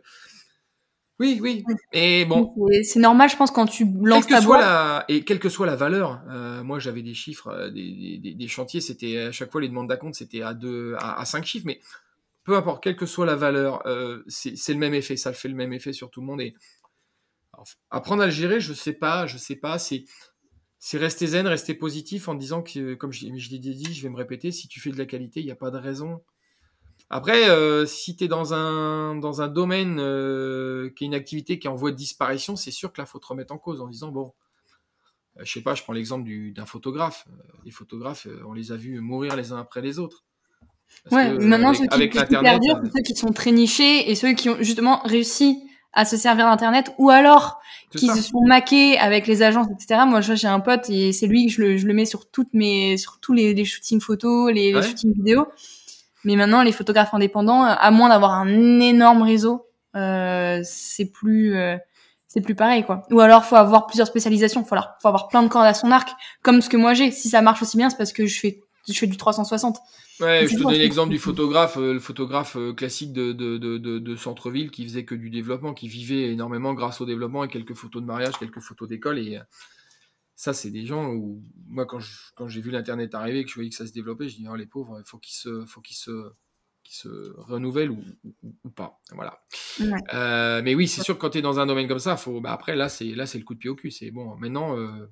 oui, oui. Et bon, c'est, c'est normal, je pense, quand tu lances quelle que ta soit boîte. la et quelle que soit la valeur. Euh, moi, j'avais des chiffres, euh, des, des, des chantiers, c'était à chaque fois les demandes d'acompte, c'était à deux, à, à cinq chiffres, mais peu importe, quelle que soit la valeur, euh, c'est, c'est le même effet. Ça le fait le même effet sur tout le monde. Et alors, apprendre à le gérer, je sais pas, je sais pas. C'est c'est rester zen, rester positif en disant que, comme je, je l'ai dit, je vais me répéter, si tu fais de la qualité, il n'y a pas de raison. Après, euh, si tu es dans un, dans un domaine euh, qui est une activité qui est en voie de disparition, c'est sûr que là, il faut te remettre en cause en disant, bon, euh, je sais pas, je prends l'exemple du, d'un photographe. Euh, les photographes, euh, on les a vus mourir les uns après les autres. Parce que Ouais, euh, maintenant, avec, ceux qui avec coûtent hyper l'Internet, dur, euh, c'est ceux qui sont très nichés et ceux qui ont justement réussi à se servir d'Internet ou alors c'est qui se ça. sont maqués avec les agences, et cetera. Moi, j'ai un pote et c'est lui que je le, je le mets sur toutes mes, sur tous les, les shootings photos, les, les Ouais. shootings vidéo. Mais maintenant, les photographes indépendants, à moins d'avoir un énorme réseau, euh, c'est plus, euh, c'est plus pareil, quoi. Ou alors, faut avoir plusieurs spécialisations. Faut alors, faut avoir plein de cordes à son arc, comme ce que moi j'ai. Si ça marche aussi bien, c'est parce que je fais, je fais du trois cent soixante. Ouais, je C'est te tout, donne en fait. l'exemple du photographe, euh, le photographe euh, classique de, de, de, de, de centre-ville qui faisait que du développement, qui vivait énormément grâce au développement et quelques photos de mariage, quelques photos d'école. Et euh, ça, c'est des gens où, moi, quand, je, quand j'ai vu l'Internet arriver, que je voyais que ça se développait, je dis, oh, les pauvres, il faut qu'ils se, faut qu'ils se, qu'ils se renouvellent ou, ou, ou pas. Voilà. Ouais. Euh, mais oui, c'est sûr que quand tu es dans un domaine comme ça, faut, bah, après, là, c'est, là, c'est le coup de pied au cul. C'est bon, maintenant. Euh,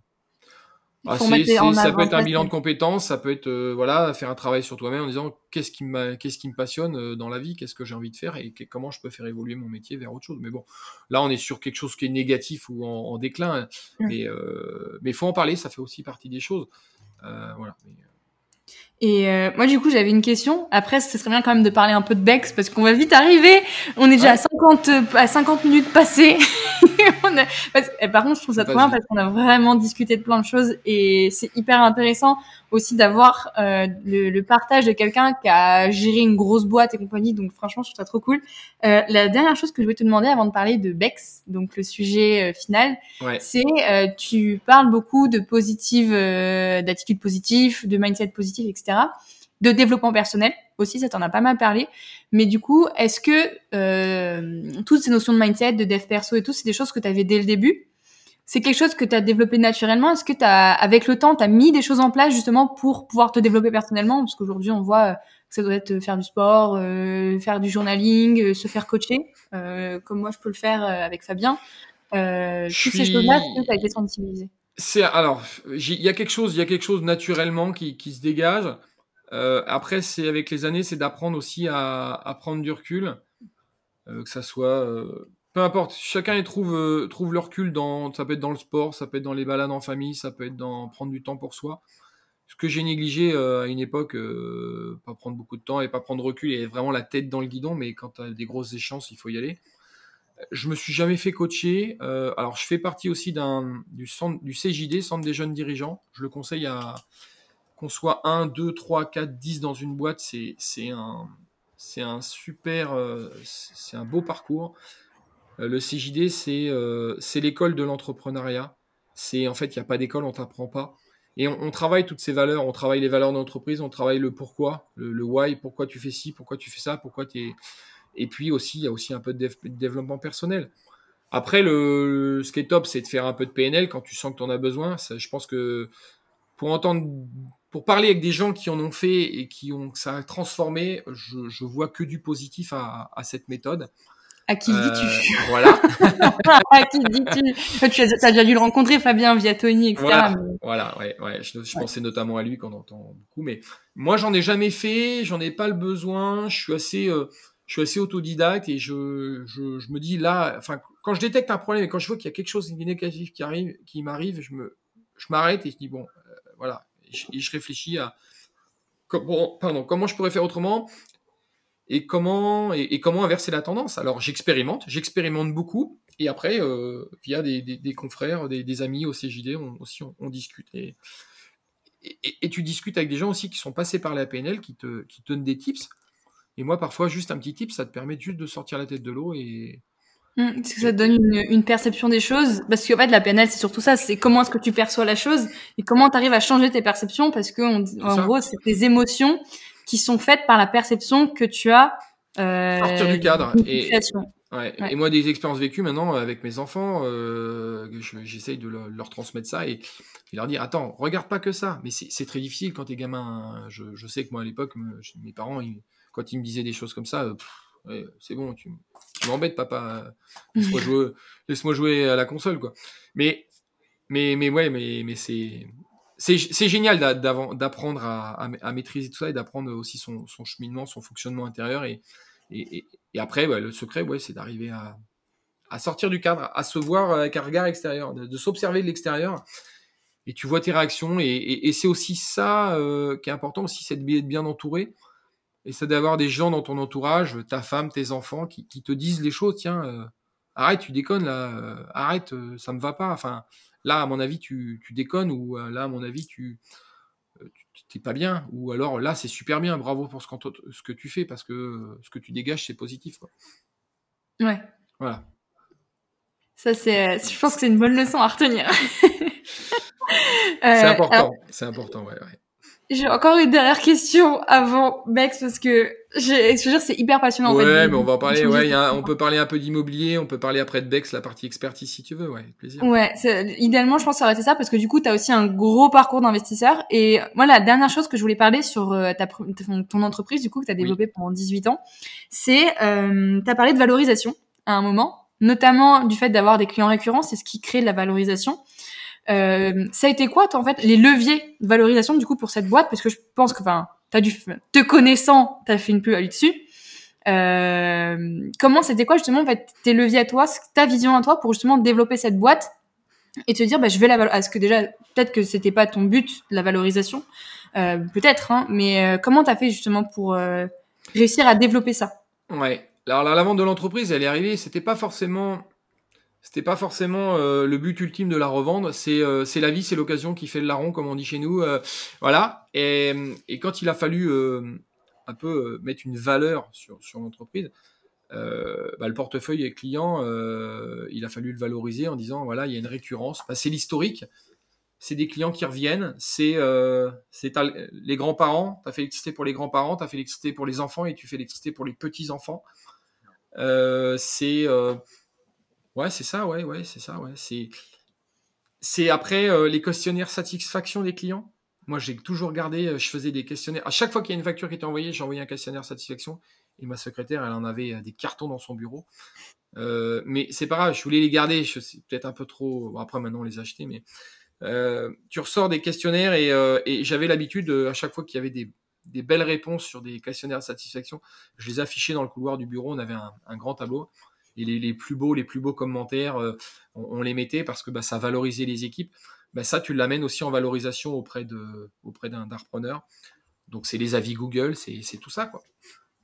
Il Ah, faut c'est, mettre c'est, en ça peut avant être un ça. bilan de c'est- compétences, ça peut être euh, voilà, faire un travail sur toi-même en disant qu'est-ce qui, m'a, qu'est-ce qui me passionne euh, dans la vie, qu'est-ce que j'ai envie de faire et que- comment je peux faire évoluer mon métier vers autre chose. Mais bon, là on est sur quelque chose qui est négatif ou en, en déclin, Ouais. mais euh, mais faut en parler, ça fait aussi partie des choses. Euh, voilà. Mais, Et euh, moi, du coup, j'avais une question. Après, ce serait bien quand même de parler un peu de Bex parce qu'on va vite arriver. On est déjà ouais. à cinquante à cinquante minutes passées. On a... parce... et par contre, je trouve ça trop bien parce qu'on a vraiment discuté de plein de choses et c'est hyper intéressant aussi d'avoir euh, le, le partage de quelqu'un qui a géré une grosse boîte et compagnie. Donc, franchement, je trouve ça trop cool. Euh, la dernière chose que je voulais te demander avant de parler de Bex, donc le sujet euh, final, ouais. c'est euh, tu parles beaucoup de positive, euh, d'attitude positive, de mindset positif, et cetera, de développement personnel aussi, ça t'en a pas mal parlé. Mais du coup, est-ce que euh, toutes ces notions de mindset, de dev perso et tout, c'est des choses que tu avais dès le début? C'est quelque chose que tu as développé naturellement? Est-ce que t'as, avec le temps, tu as mis des choses en place justement pour pouvoir te développer personnellement? Parce qu'aujourd'hui, on voit que ça doit être faire du sport, euh, faire du journaling, euh, se faire coacher, euh, comme moi je peux le faire euh, avec Fabien. Euh, toutes suis... ces choses-là, est-ce que tu as été sensibilisé? C'est, alors, il y a quelque chose, il y a quelque chose naturellement qui, qui se dégage. Euh, après, c'est avec les années, c'est d'apprendre aussi à, à prendre du recul, euh, que ça soit, euh, peu importe. Chacun y trouve euh, trouve le recul dans, ça peut être dans le sport, ça peut être dans les balades en famille, ça peut être dans prendre du temps pour soi. Ce que j'ai négligé euh, à une époque, euh, pas prendre beaucoup de temps et pas prendre recul et vraiment la tête dans le guidon, mais quand tu as des grosses échéances, il faut y aller. Je me suis jamais fait coacher. Euh, alors, je fais partie aussi d'un du centre du C J D, Centre des jeunes dirigeants. Je le conseille à qu'on soit un, deux, trois, quatre, dix dans une boîte, c'est, c'est, un, c'est un super, euh, c'est un beau parcours. Euh, le C J D, c'est, euh, c'est l'école de l'entrepreneuriat. C'est, en fait, il n'y a pas d'école, on ne t'apprend pas. Et on, on travaille toutes ces valeurs, on travaille les valeurs d'entreprise, on travaille le pourquoi, le, le why, pourquoi tu fais ci, pourquoi tu fais ça, pourquoi tu es... Et puis aussi, il y a aussi un peu de, dév- de développement personnel. Après, le, ce qui est top, c'est de faire un peu de P N L quand tu sens que tu en as besoin. Ça, je pense que pour entendre, pour parler avec des gens qui en ont fait et qui ont ça a transformé, je, je vois que du positif à, à cette méthode. À qui le dis-tu euh, Voilà. À qui le dis-tu Tu as, as déjà dû le rencontrer, Fabien, via Tony, et cetera. Voilà, mais... voilà ouais, ouais. Je, je ouais. pensais notamment à lui qu'on entend beaucoup. Mais moi, j'en ai jamais fait, j'en ai pas le besoin. Je suis assez, euh, je suis assez autodidacte et je, je, je me dis là, enfin, quand je détecte un problème et quand je vois qu'il y a quelque chose de négatif qui arrive, qui m'arrive, je me, je m'arrête et je dis bon, euh, voilà. Et je, et je réfléchis à bon, pardon, comment je pourrais faire autrement et comment, et, et comment inverser la tendance. Alors j'expérimente, j'expérimente beaucoup et après, euh, via des, des, des confrères, des, des amis au C J D, on, aussi on, on discute. Et, et, et tu discutes avec des gens aussi qui sont passés par la P N L, qui te, qui te donnent des tips. Et moi, parfois, juste un petit tip, ça te permet juste de sortir la tête de l'eau et... Mmh, parce que ça te donne une, une perception des choses. Parce qu'en fait, la P N L, c'est surtout ça. C'est comment est-ce que tu perçois la chose et comment tu arrives à changer tes perceptions. Parce que, on, en ça. gros, c'est tes émotions qui sont faites par la perception que tu as. Euh, Sortir du cadre. Et, ouais. Ouais. Et moi, des expériences vécues maintenant avec mes enfants, euh, je, j'essaye de leur, leur transmettre ça et, et leur dire, attends, regarde pas que ça. Mais c'est, c'est très difficile quand t'es gamin. Je, je sais que moi, à l'époque, me, mes parents, ils, quand ils me disaient des choses comme ça, pff, ouais, c'est bon, tu, tu m'embêtes, papa. Laisse-moi jouer, laisse-moi jouer à la console, quoi. Mais, mais, mais ouais, mais, mais c'est, c'est, c'est génial d'a, d'apprendre à, à, à maîtriser tout ça et d'apprendre aussi son, son cheminement, son fonctionnement intérieur. Et, et, et, et après, ouais, le secret, ouais, c'est d'arriver à, à sortir du cadre, à se voir avec un regard extérieur, de, de s'observer de l'extérieur. Et tu vois tes réactions. Et, et, et c'est aussi ça euh, qui est important aussi, c'est d'être bien entouré. Et c'est d'avoir des gens dans ton entourage, ta femme, tes enfants, qui, qui te disent les choses. Tiens, euh, arrête, tu déconnes là. Euh, arrête, euh, ça me va pas. Enfin, là, à mon avis, tu, tu déconnes. Ou euh, là, à mon avis, tu, euh, tu t'es pas bien. Ou alors là, c'est super bien. Bravo pour ce, ce que tu fais parce que euh, ce que tu dégages, c'est positif, quoi. Ouais. Voilà. Ça, c'est, je pense que c'est une bonne leçon à retenir. c'est euh, important. Alors... C'est important, ouais. ouais. J'ai encore une dernière question avant Bex parce que je, je veux dire c'est hyper passionnant. Ouais, en fait, mais on va en parler. Ouais, y a, on peut parler un peu d'immobilier, on peut parler après de Bex, la partie expertise si tu veux. Ouais, avec plaisir. Ouais, c'est, idéalement je pense que ça aurait été ça parce que du coup t'as aussi un gros parcours d'investisseur et moi la dernière chose que je voulais parler sur euh, ta ton entreprise du coup que t'as développée oui. pendant dix-huit ans, c'est euh, t'as parlé de valorisation à un moment, notamment du fait d'avoir des clients récurrents, c'est ce qui crée de la valorisation. Euh, ça a été quoi, toi, en fait, les leviers de valorisation, du coup, pour cette boîte? Parce que je pense que, enfin, t'as dû, te connaissant, t'as fait une plus-value dessus. Euh, comment c'était quoi, justement, en fait, tes leviers à toi, ta vision à toi pour, justement, développer cette boîte et te dire, bah, je vais la valoriser. Est-ce que déjà, peut-être que c'était pas ton but, la valorisation, euh, peut-être, hein, mais euh, comment t'as fait justement pour euh, réussir à développer ça? Ouais. Alors la, la vente de l'entreprise, elle est arrivée. C'était pas forcément, c'était pas forcément euh, le but ultime de la revendre. C'est, euh, c'est la vie, c'est l'occasion qui fait le larron, comme on dit chez nous. Euh, voilà. Et, et quand il a fallu euh, un peu euh, mettre une valeur sur sur l'entreprise, euh, bah, le portefeuille client, euh, il a fallu le valoriser en disant voilà, il y a une récurrence. Bah, c'est l'historique. C'est des clients qui reviennent. C'est, euh, c'est ta- les grands-parents. Tu as fait l'électricité pour les grands-parents, tu as fait l'électricité pour les enfants et tu fais l'électricité pour les petits-enfants. Euh, c'est euh, ouais, c'est ça, ouais, ouais, c'est ça, ouais. C'est c'est après euh, les questionnaires satisfaction des clients. Moi, j'ai toujours regardé, euh, je faisais des questionnaires. À chaque fois qu'il y a une facture qui était envoyée, j'ai envoyé un questionnaire satisfaction. Et ma secrétaire, elle en avait euh, des cartons dans son bureau. Euh, mais c'est pas grave, je voulais les garder. Je c'est peut-être un peu trop. Bon, après, maintenant, on les a achetés, mais euh, tu ressors des questionnaires et, euh, et j'avais l'habitude, euh, à chaque fois qu'il y avait des, des belles réponses sur des questionnaires de satisfaction, je les affichais dans le couloir du bureau. On avait un, un grand tableau et les, les plus beaux, les plus beaux commentaires, euh, on, on les mettait parce que bah, ça valorisait les équipes. Bah, ça, tu l'amènes aussi en valorisation auprès de, auprès d'un, d'un repreneur. Donc c'est les avis Google, c'est, c'est tout ça, quoi.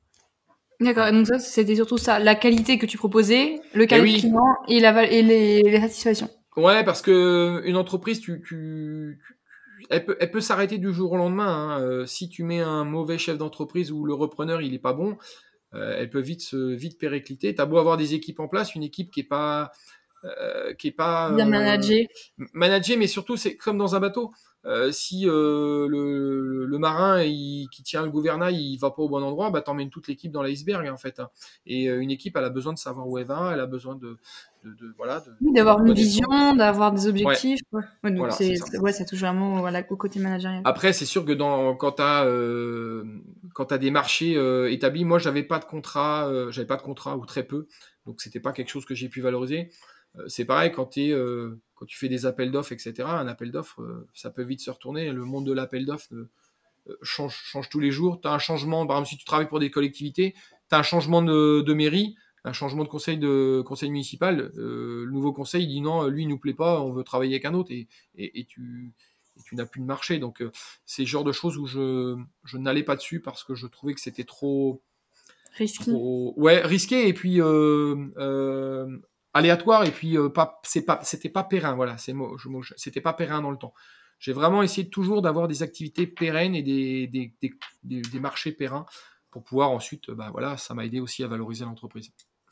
D'accord, donc ça, c'était surtout ça, la qualité que tu proposais, le Mais carnet de oui, client et, la, val- et les, les satisfactions. ouais, parce que une entreprise, tu, tu, tu- elle peut, elle peut s'arrêter du jour au lendemain, hein. Euh, si tu mets un mauvais chef d'entreprise ou le repreneur, il est pas bon, euh, elle peut vite se, vite péricliter. T'as beau avoir des équipes en place, une équipe qui est pas, euh, qui est pas Bien euh, managé. managée, mais surtout c'est comme dans un bateau. Euh, si euh, le, le marin il, qui tient le gouvernail, il va pas au bon endroit, bah t'emmènes toute l'équipe dans l'iceberg en fait, hein. Et euh, une équipe, elle a besoin de savoir où elle va, elle a besoin de, de, de voilà, de, Oui, de d'avoir une connaissances. vision, d'avoir des Ouais, objectifs. Ouais, ouais, donc voilà, c'est c'est, ça. c'est- ouais, ça touche vraiment voilà, au côté managérial. Après, c'est sûr que dans, quand tu as, euh, quand t'as des marchés euh, établis, moi, j'avais pas de contrat, euh, j'avais pas de contrat ou très peu, donc c'était pas quelque chose que j'ai pu valoriser. Euh, c'est pareil quand, t'es, euh, quand tu fais des appels d'offres, et cetera. Un appel d'offres, euh, ça peut vite se retourner. Le monde de l'appel d'offres euh, change, change tous les jours. Tu as un changement, par exemple, si tu travailles pour des collectivités, tu as un changement de, de mairie, un changement de conseil de conseil municipal. Euh, le nouveau conseil dit non, lui, il nous plaît pas, on veut travailler avec un autre, et, et, et tu, et tu n'as plus de marché. Donc, euh, c'est le genre de choses où je, je n'allais pas dessus parce que je trouvais que c'était trop, Risky. trop, ouais, risqué et puis euh, euh, aléatoire et puis euh, pas, c'est pas, c'était pas périn. Voilà, c'est mo- je- mo- c'était pas périn dans le temps. J'ai vraiment essayé toujours d'avoir des activités pérennes et des, des, des, des, des marchés périns pour pouvoir ensuite, bah voilà, ça m'a aidé aussi à valoriser l'entreprise.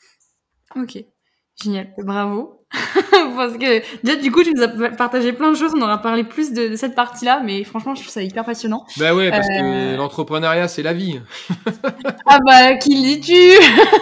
Ok, génial, bravo. Parce que déjà, du coup, tu nous as partagé plein de choses, on aura parlé plus de, de cette partie-là, mais franchement, je trouve ça hyper passionnant. Ben ouais, Euh, parce que l'entrepreneuriat, c'est la vie. Ah bah, qui le dis-tu?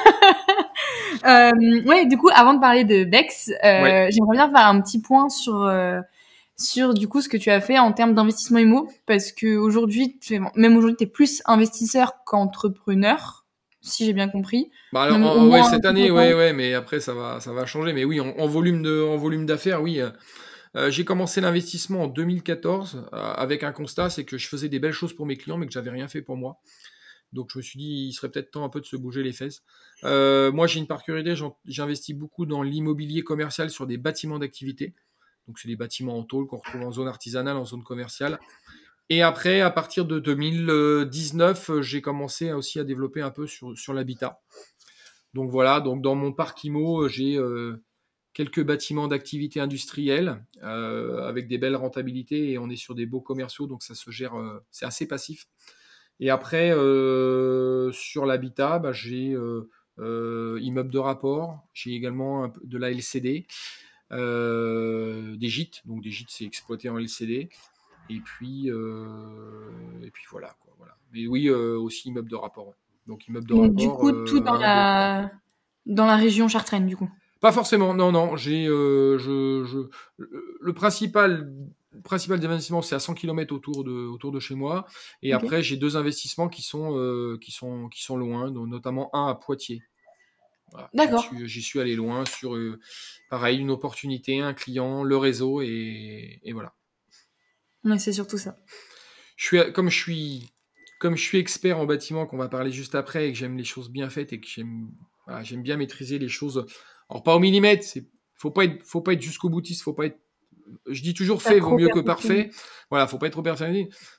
euh, ouais, du coup, avant de parler de Bex, Ouais. euh, j'aimerais bien faire un petit point sur euh, sur du coup ce que tu as fait en termes d'investissement immo, parce que aujourd'hui, tu es- même aujourd'hui, tu es plus investisseur qu'entrepreneur, si j'ai bien compris. Bah alors, Même au en- ouais, moins un cette tout année, autant. ouais, ouais, mais après, ça va, ça va changer. Mais oui, en, en volume de, en volume d'affaires, oui. euh, euh, j'ai commencé l'investissement en deux mille quatorze euh, avec un constat, c'est que je faisais des belles choses pour mes clients, mais que j'avais rien fait pour moi. Donc je me suis dit, il serait peut-être temps un peu de se bouger les fesses. Euh, moi, j'ai une particularité, j'en- j'investis beaucoup dans l'immobilier commercial sur des bâtiments d'activité. Donc c'est des bâtiments en tôle qu'on retrouve en zone artisanale, en zone commerciale. Et après, à partir de deux mille dix-neuf, euh, j'ai commencé aussi à développer un peu sur, sur l'habitat. Donc voilà, donc dans mon parc immo, j'ai euh, quelques bâtiments d'activité industrielle euh, avec des belles rentabilités et on est sur des beaux commerciaux, donc ça se gère, euh, c'est assez passif. Et après, euh, sur l'habitat, bah, j'ai euh, euh, immeuble de rapport, j'ai également un peu de la L C D, euh, des gîtes, donc des gîtes c'est exploité en L C D, et puis, euh, et puis voilà, quoi, voilà. Mais oui, euh, aussi immeuble de rapport, ouais. Donc immeuble de Donc du rapport, coup, tout euh, dans un, deux. la dans la région Chartraine, du coup. Pas forcément, non, non. J'ai, euh, je, je, le le principal, le principal des investissements, c'est à cent kilomètres autour de, autour de chez moi. Et Ok. après, j'ai deux investissements qui sont, euh, qui sont, qui sont loin, dont notamment un à Poitiers. Voilà. J'y D'accord. suis, j'y suis allé loin sur, euh, pareil, une opportunité, un client, le réseau, et, et voilà. Ouais, c'est surtout ça. Je suis, comme je suis, comme je suis expert en bâtiment, qu'on va parler juste après, et que j'aime les choses bien faites et que j'aime, voilà, j'aime bien maîtriser les choses. Alors pas au millimètre, c'est, faut pas être, faut pas être jusqu'au boutiste, faut pas être. Je dis toujours Pas fait vaut trop mieux que perfectionné. parfait. Voilà, faut pas être trop perfectionniste.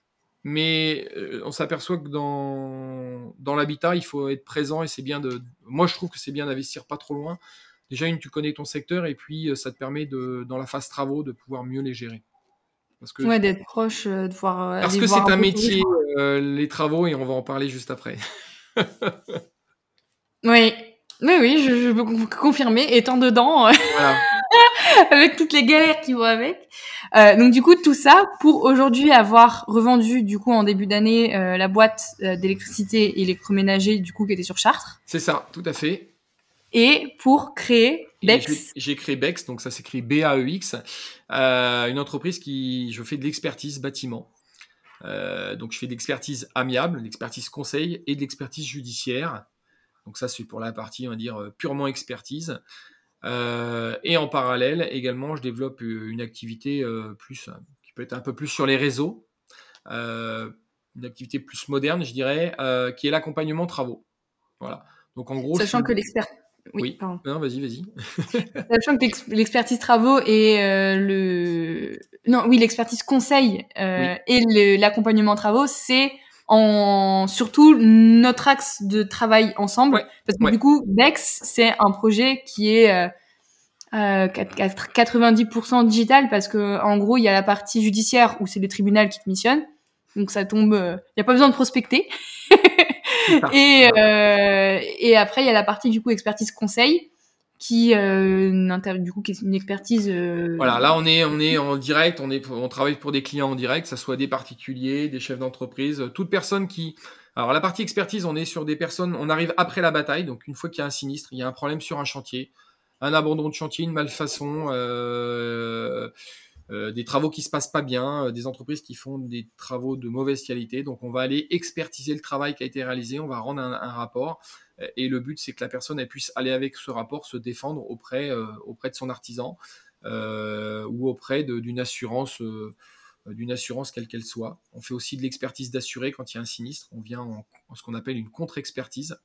mais euh, on s'aperçoit que dans, dans l'habitat, il faut être présent et c'est bien de. Moi, je trouve que c'est bien d'investir pas trop loin. Déjà, une, tu connais ton secteur et puis euh, ça te permet de, dans la phase travaux, de pouvoir mieux les gérer. Parce que, Ouais, d'être proche, euh, de pouvoir euh, parce aller que voir c'est un un peu tout le métier, temps. euh, les travaux, et on va en parler juste après. Oui, oui, oui, je, je peux con- confirmer, étant dedans, euh, Voilà. avec toutes les galères qui vont avec. Euh, donc du coup, tout ça pour aujourd'hui avoir revendu du coup en début d'année euh, la boîte euh, d'électricité et électroménager du coup qui était sur Chartres, C'est ça, tout à fait. et pour créer Et j'ai, Bex. j'ai créé Bex, donc ça s'écrit B A E X, euh, une entreprise qui, je fais de l'expertise bâtiment. Euh, donc je fais de l'expertise amiable, de l'expertise conseil et de l'expertise judiciaire. Donc ça c'est pour la partie, on va dire, purement expertise. Euh, et en parallèle, également, je développe une activité euh, plus, qui peut être un peu plus sur les réseaux, euh, une activité plus moderne, je dirais, euh, qui est l'accompagnement travaux. Voilà. Donc en gros, je suis. Sachant que l'expert, oui, Oui. pardon. Non, vas-y, vas-y. Sachant que l'ex- l'expertise travaux et euh, le non oui l'expertise conseil euh, Oui. et le- l'accompagnement travaux c'est en surtout notre axe de travail ensemble Ouais. parce que Ouais. du coup Bex c'est un projet qui est euh, euh, quatre-vingt-dix pour cent digital parce que en gros il y a la partie judiciaire où c'est le tribunal qui te missionne donc ça tombe il euh, y a pas besoin de prospecter C'est ça. et Voilà. euh, et après il y a la partie du coup expertise conseil qui euh, n'inter- du coup qui est une expertise euh, Voilà, là on est on est en direct, on est on travaille pour des clients en direct, que ça soit des particuliers, des chefs d'entreprise, toute personne qui. Alors la partie expertise, on est sur des personnes, on arrive après la bataille, donc une fois qu'il y a un sinistre, il y a un problème sur un chantier, un abandon de chantier, une malfaçon, euh, euh, des travaux qui se passent pas bien, euh, des entreprises qui font des travaux de mauvaise qualité. Donc on va aller expertiser le travail qui a été réalisé, on va rendre un, un rapport. Et le but, c'est que la personne elle puisse aller avec ce rapport se défendre auprès, euh, auprès de son artisan euh, ou auprès de, d'une assurance, euh, d'une assurance quelle qu'elle soit. On fait aussi de l'expertise d'assuré quand il y a un sinistre. On vient en, en ce qu'on appelle une contre-expertise.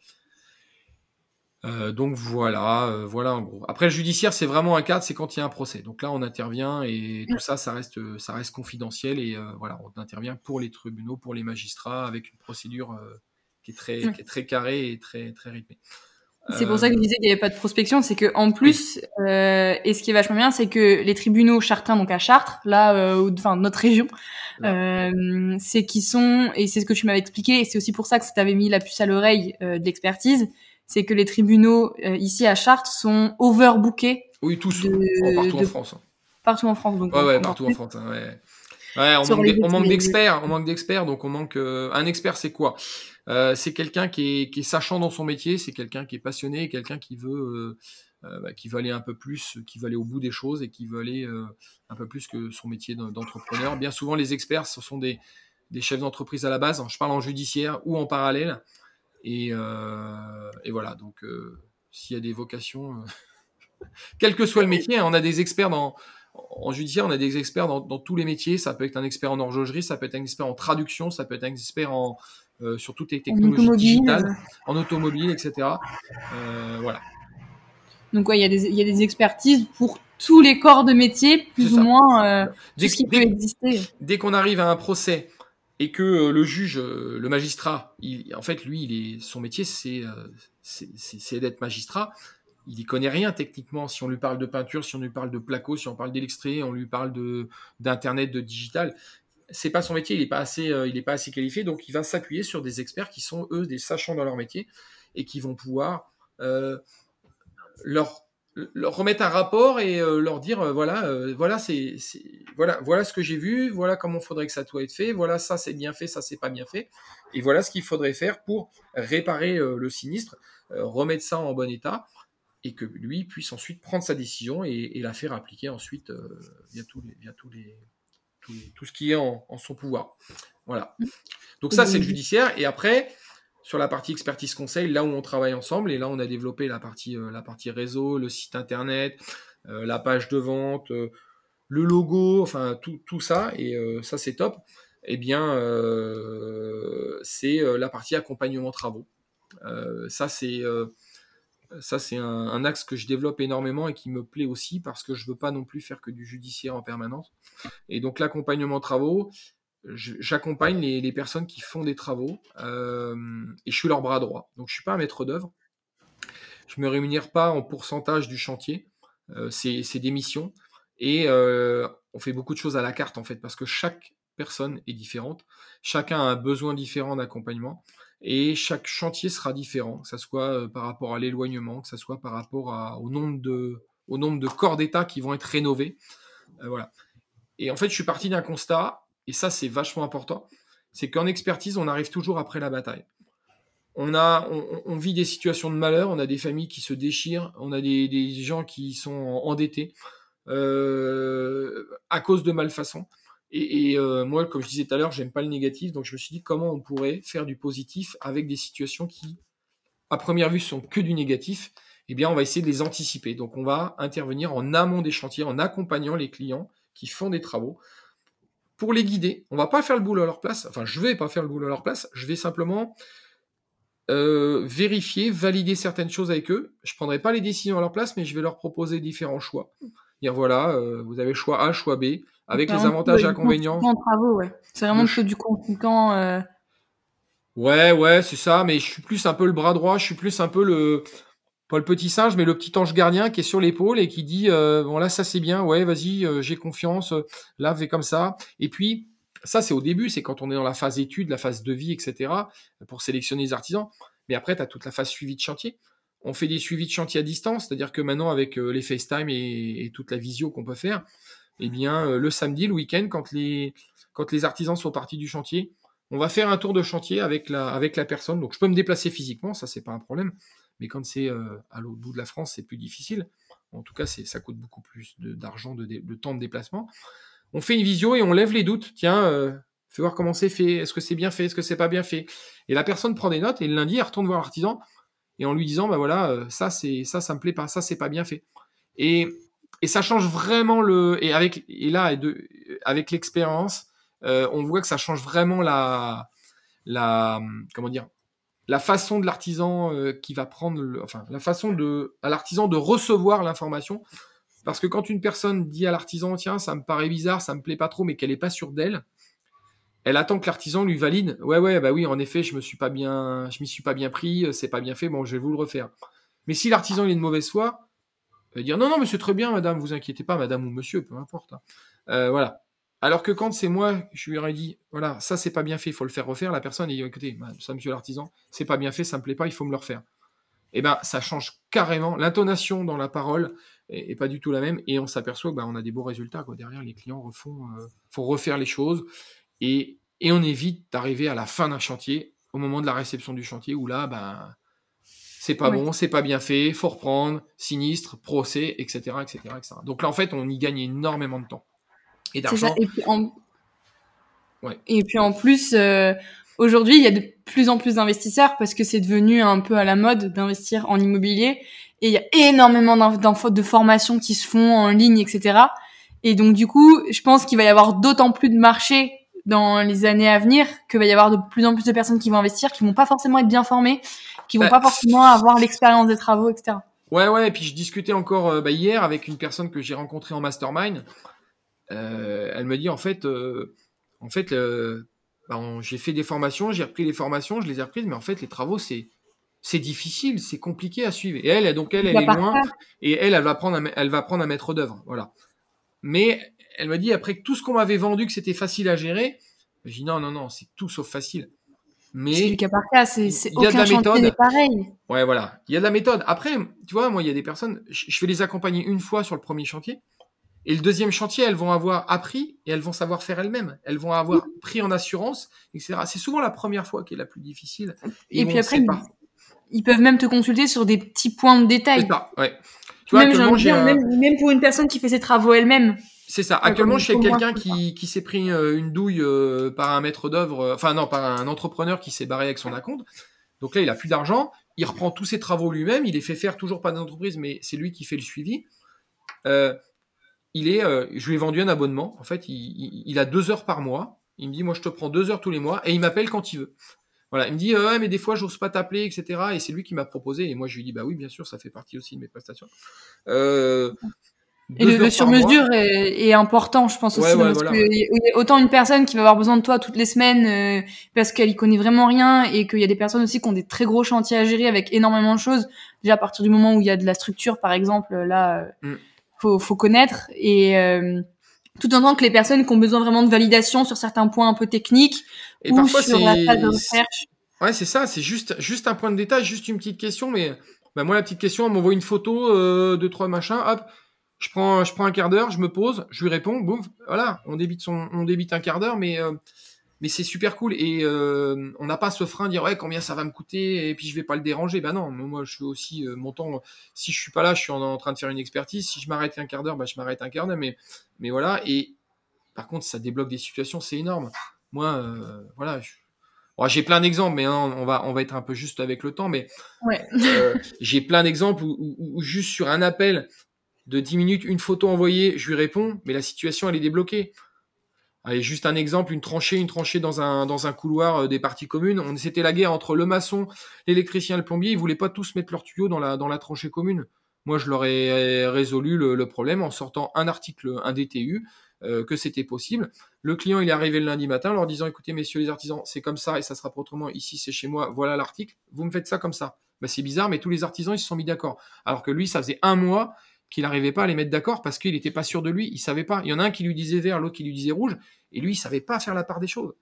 Euh, donc voilà, euh, voilà en gros. Après le judiciaire, c'est vraiment un cadre, c'est quand il y a un procès. Donc là, on intervient et tout ça, ça reste, ça reste confidentiel et euh, voilà, on intervient pour les tribunaux, pour les magistrats, avec une procédure euh, qui est très, ouais. qui est très carrée et très, très rythmée. C'est pour Euh, ça que je disais qu'il n'y avait pas de prospection, c'est que en oui, plus, euh, et ce qui est vachement bien, c'est que les tribunaux chartains, donc à Chartres, là, euh, enfin notre région, là, euh, c'est qu'ils sont, et c'est ce que tu m'avais expliqué, et c'est aussi pour ça que tu avais mis la puce à l'oreille euh, de l'expertise, c'est que les tribunaux euh, ici à Chartres sont overbookés oui, tous, oh, de, partout en de France. partout en France, donc Ouais, ouais, encore partout en plus France. Hein, ouais. Ouais, on sur manque, les, de- on manque les- d'experts, on manque d'experts, donc on manque. Euh, un expert, c'est quoi euh, C'est quelqu'un qui est, qui est sachant dans son métier, c'est quelqu'un qui est passionné, quelqu'un qui veut, euh, euh, bah, qui veut aller un peu plus, qui veut aller au bout des choses et qui veut aller euh, un peu plus que son métier d'entrepreneur. Bien souvent, les experts, ce sont des, des chefs d'entreprise à la base. Je parle en judiciaire ou en parallèle, et, euh, et voilà. Donc, euh, s'il y a des vocations, euh, quel que soit le métier, hein, on a des experts dans en judiciaire, on a des experts dans, dans, tous les métiers. Ça peut être un expert en horlogerie, ça peut être un expert en traduction, ça peut être un expert en, euh, sur toutes les en technologies automobile. digitales, en automobile, et cetera. Euh, voilà. Donc ouais, il y a des il y a des expertises pour tous les corps de métier, C'est plus ou ça. moins euh, tout Dès, ce qui peut dès, exister. dès qu'on arrive à un procès et que euh, le juge, euh, le magistrat, il, en fait, lui, il est, son métier, c'est, euh, c'est, c'est, c'est d'être magistrat. Il y connaît rien techniquement. Si on lui parle de peinture, si on lui parle de placo, si on parle d'électricité, on lui parle de, d'internet, de digital. C'est pas son métier, il est pas assez, euh, il est pas assez qualifié, donc il va s'appuyer sur des experts qui sont eux des sachants dans leur métier et qui vont pouvoir euh, leur, leur remettre un rapport et euh, leur dire euh, voilà, euh, voilà, c'est, c'est, voilà, voilà ce que j'ai vu, voilà comment faudrait que ça doit être fait, voilà ça c'est bien fait, ça c'est pas bien fait, et voilà ce qu'il faudrait faire pour réparer euh, le sinistre, euh, remettre ça en bon état et que lui puisse ensuite prendre sa décision et, et la faire appliquer ensuite euh, via tous les, via tous les tout, tout ce qui est en, en son pouvoir. Voilà. Donc Et ça, c'est donc, le judiciaire. Et après, sur la partie expertise conseil, là où on travaille ensemble, et là on a développé la partie, euh, la partie réseau, le site internet, euh, la page de vente, euh, le logo, enfin tout, tout ça, et euh, ça c'est top. Eh bien, euh, c'est euh, la partie accompagnement travaux. Euh, ça c'est euh, ça c'est un, un axe que je développe énormément et qui me plaît aussi parce que je veux pas non plus faire que du judiciaire en permanence. Et donc l'accompagnement travaux, je, j'accompagne les, les personnes qui font des travaux euh, et je suis leur bras droit. Donc je suis pas un maître d'œuvre. Je me rémunère pas en pourcentage du chantier. Euh, c'est, c'est des missions et euh, on fait beaucoup de choses à la carte en fait parce que chaque personne est différente. Chacun a un besoin différent d'accompagnement et chaque chantier sera différent, que ce soit euh, par rapport à l'éloignement, que ce soit par rapport à, au nombre de au nombre de corps d'état qui vont être rénovés. Euh, voilà. Et en fait, je suis parti d'un constat, et ça c'est vachement important, c'est qu'en expertise, on arrive toujours après la bataille. On, a, on, on vit des situations de malheur, on a des familles qui se déchirent, on a des, des gens qui sont endettés euh, à cause de malfaçons. Et, et euh, moi, comme je disais tout à l'heure, j'aime pas le négatif, donc je me suis dit comment on pourrait faire du positif avec des situations qui, à première vue, sont que du négatif. Eh bien, on va essayer de les anticiper. Donc, on va intervenir en amont des chantiers, en accompagnant les clients qui font des travaux pour les guider. On va pas faire le boulot à leur place. Enfin, je vais pas faire le boulot à leur place. Je vais simplement euh, vérifier, valider certaines choses avec eux. Je prendrai pas les décisions à leur place, mais je vais leur proposer différents choix. Dire voilà, euh, vous avez choix A, choix B, avec C'est les vraiment plutôt, avantages ouais, et du inconvénients. consultant en travaux, ouais. C'est vraiment Le plutôt ch- du consultant. Euh... ouais, ouais, c'est ça. Mais je suis plus un peu le bras droit. Je suis plus un peu le pas le petit singe, mais le petit ange gardien qui est sur l'épaule et qui dit euh, bon là ça c'est bien, ouais vas-y, euh, j'ai confiance, euh, là fais comme ça. Et puis ça c'est au début, c'est quand on est dans la phase étude, la phase de vie, et cetera pour sélectionner les artisans. Mais après tu as toute la phase suivi de chantier. On fait des suivis de chantier à distance, c'est-à-dire que maintenant avec euh, les FaceTime et, et toute la visio qu'on peut faire, eh bien euh, le samedi, le week-end, quand les quand les artisans sont partis du chantier, on va faire un tour de chantier avec la avec la personne. Donc je peux me déplacer physiquement, ça c'est pas un problème. Mais quand c'est euh, à l'autre bout de la France, c'est plus difficile. En tout cas, c'est, ça coûte beaucoup plus de, d'argent, de, de temps de déplacement. On fait une visio et on lève les doutes. Tiens, euh, fais voir comment c'est fait. Est-ce que c'est bien fait? Est-ce que c'est pas bien fait? Et la personne prend des notes et le lundi, elle retourne voir l'artisan et en lui disant, bah voilà, euh, ça, c'est, ça, ça me plaît pas, ça, c'est pas bien fait. Et, et ça change vraiment le. Et avec et là, et de, avec l'expérience, euh, on voit que ça change vraiment la, la, comment dire, la façon de l'artisan euh, qui va prendre, le, enfin, la façon de, à l'artisan de recevoir l'information. Parce que quand une personne dit à l'artisan, tiens, ça me paraît bizarre, ça me plaît pas trop, mais qu'elle est pas sûre d'elle, elle attend que l'artisan lui valide. Ouais, ouais, bah oui, en effet, je me suis pas bien, je m'y suis pas bien pris, c'est pas bien fait, bon, je vais vous le refaire. Mais si l'artisan il est de mauvaise foi, il va dire non, non, mais c'est très bien, madame, vous inquiétez pas, madame ou monsieur, peu importe. Hein. Euh, voilà. Alors que quand c'est moi, je lui aurais dit, voilà, ça c'est pas bien fait, il faut le faire refaire, la personne, il dit, écoutez, ça, monsieur l'artisan, c'est pas bien fait, ça me plaît pas, il faut me le refaire. Eh ben, ça change carrément. L'intonation dans la parole est, est pas du tout la même, et on s'aperçoit que ben, on a des beaux résultats. Quoi. Derrière, les clients refont, euh, faut refaire les choses, et, et on évite d'arriver à la fin d'un chantier, au moment de la réception du chantier, où là, ben, c'est pas Ouais. bon, c'est pas bien fait, faut reprendre, sinistre, procès, et cetera, et cetera, et cetera. Donc là, en fait, on y gagne énormément de temps et C'est ça. d'argent. Et puis en, Ouais. et puis en plus, euh, aujourd'hui, il y a de plus en plus d'investisseurs parce que c'est devenu un peu à la mode d'investir en immobilier. Et il y a énormément d'infos de formations qui se font en ligne, et cetera. Et donc du coup, je pense qu'il va y avoir d'autant plus de marché dans les années à venir, qu'il va y avoir de plus en plus de personnes qui vont investir, qui vont pas forcément être bien formées, qui vont Bah, pas forcément avoir l'expérience des travaux, et cetera. ouais, ouais, et puis je discutais encore euh, bah, hier avec une personne que j'ai rencontrée en mastermind. Euh, elle me dit en fait, euh, en fait, euh, bah, on- j'ai fait des formations, j'ai repris les formations, je les ai reprises, mais en fait, les travaux, c'est c'est difficile, c'est compliqué à suivre. Et elle, elle- donc elle, Du elle cas est par loin, cas. et elle, elle va prendre, un, elle va prendre un maître d'œuvre, voilà. Mais elle me dit après que tout ce qu'on m'avait vendu que c'était facile à gérer, je dis non, non, non, c'est tout sauf facile. C'est du Mais cas par cas. C'est, il c'est y a de aucun la chantier n'est méthode. pareil. Ouais, voilà, il y a de la méthode. Après, tu vois, moi, il y a des personnes, je je vais les accompagner une fois sur le premier chantier. Et le deuxième chantier, elles vont avoir appris et elles vont savoir faire elles-mêmes. Elles vont avoir pris en assurance, et cetera. C'est souvent la première fois qui est la plus difficile et Et où puis on ne après, sait ils, pas. ils peuvent même te consulter sur des petits points de C'est détail. ça, ouais. Tu vois, Même, j'ai envie actuellement, de j'ai dire, même, un. même pour une personne qui fait ses travaux elle-même, C'est ça. euh, Actuellement, comme, je suis comme avec moi, quelqu'un je fais ça. qui, qui s'est pris euh, une douille euh, par un maître d'œuvre, euh, enfin non, par un entrepreneur qui s'est barré avec son acompte. Donc là, il a plus d'argent. Il reprend tous ses travaux lui-même. Il les fait faire toujours pas d'entreprise, mais c'est lui qui fait le suivi. Euh, il est, euh, je lui ai vendu un abonnement. En fait, il, il, il a deux heures par mois. Il me dit, moi, je te prends deux heures tous les mois et il m'appelle quand il veut. Voilà, il me dit, euh, ouais, mais des fois, j'ose pas t'appeler, et cetera. Et c'est lui qui m'a proposé. Et moi, je lui dis, bah oui, bien sûr, ça fait partie aussi de mes prestations. Euh, Et le, le sur-mesure est, est important, je pense aussi, ouais, ouais, parce voilà, que ouais. y a autant une personne qui va avoir besoin de toi toutes les semaines euh, parce qu'elle y connaît vraiment rien, et qu'il y a des personnes aussi qui ont des très gros chantiers à gérer avec énormément de choses. Déjà à partir du moment où il y a de la structure, par exemple, là, mm. faut, faut connaître. Et euh, tout autant que les personnes qui ont besoin vraiment de validation sur certains points un peu techniques et ou parfois, sur c'est... la phase de recherche. Ouais, c'est ça, c'est juste, juste un point de détail, juste une petite question, mais bah, moi, la petite question, on m'envoie une photo euh, de trois machins, hop, je prends, je prends un quart d'heure, je me pose, je lui réponds, boum, voilà, on débite, son, on débite un quart d'heure, mais, euh, mais c'est super cool, et euh, on n'a pas ce frein de dire, ouais, combien ça va me coûter, et puis je vais pas le déranger. Bah non, moi, je fais aussi euh, mon temps, si je suis pas là, je suis en, en train de faire une expertise, si je m'arrête un quart d'heure, bah je m'arrête un quart d'heure, mais, mais voilà, et par contre, ça débloque des situations, c'est énorme. Moi, euh, voilà, je, Bon, j'ai plein d'exemples, mais hein, on va on va être un peu juste avec le temps, mais ouais. euh, j'ai plein d'exemples où, où, où juste sur un appel de dix minutes, une photo envoyée, je lui réponds, mais la situation elle est débloquée. Allez, juste un exemple, une tranchée, une tranchée dans un dans un couloir euh, des parties communes. On c'était la guerre entre le maçon, l'électricien, et le plombier. Ils voulaient pas tous mettre leurs tuyaux dans la dans la tranchée commune. Moi, je leur ai résolu le, le problème en sortant un article, un D T U, euh, que c'était possible. Le client, il est arrivé le lundi matin, leur disant, écoutez, messieurs les artisans, c'est comme ça et ça sera pas autrement. Ici, c'est chez moi. Voilà l'article. Vous me faites ça comme ça. Ben, c'est bizarre, mais tous les artisans, ils se sont mis d'accord. Alors que lui, ça faisait un mois qu'il n'arrivait pas à les mettre d'accord parce qu'il n'était pas sûr de lui. Il savait pas. Il y en a un qui lui disait vert, l'autre qui lui disait rouge, et lui, il savait pas faire la part des choses.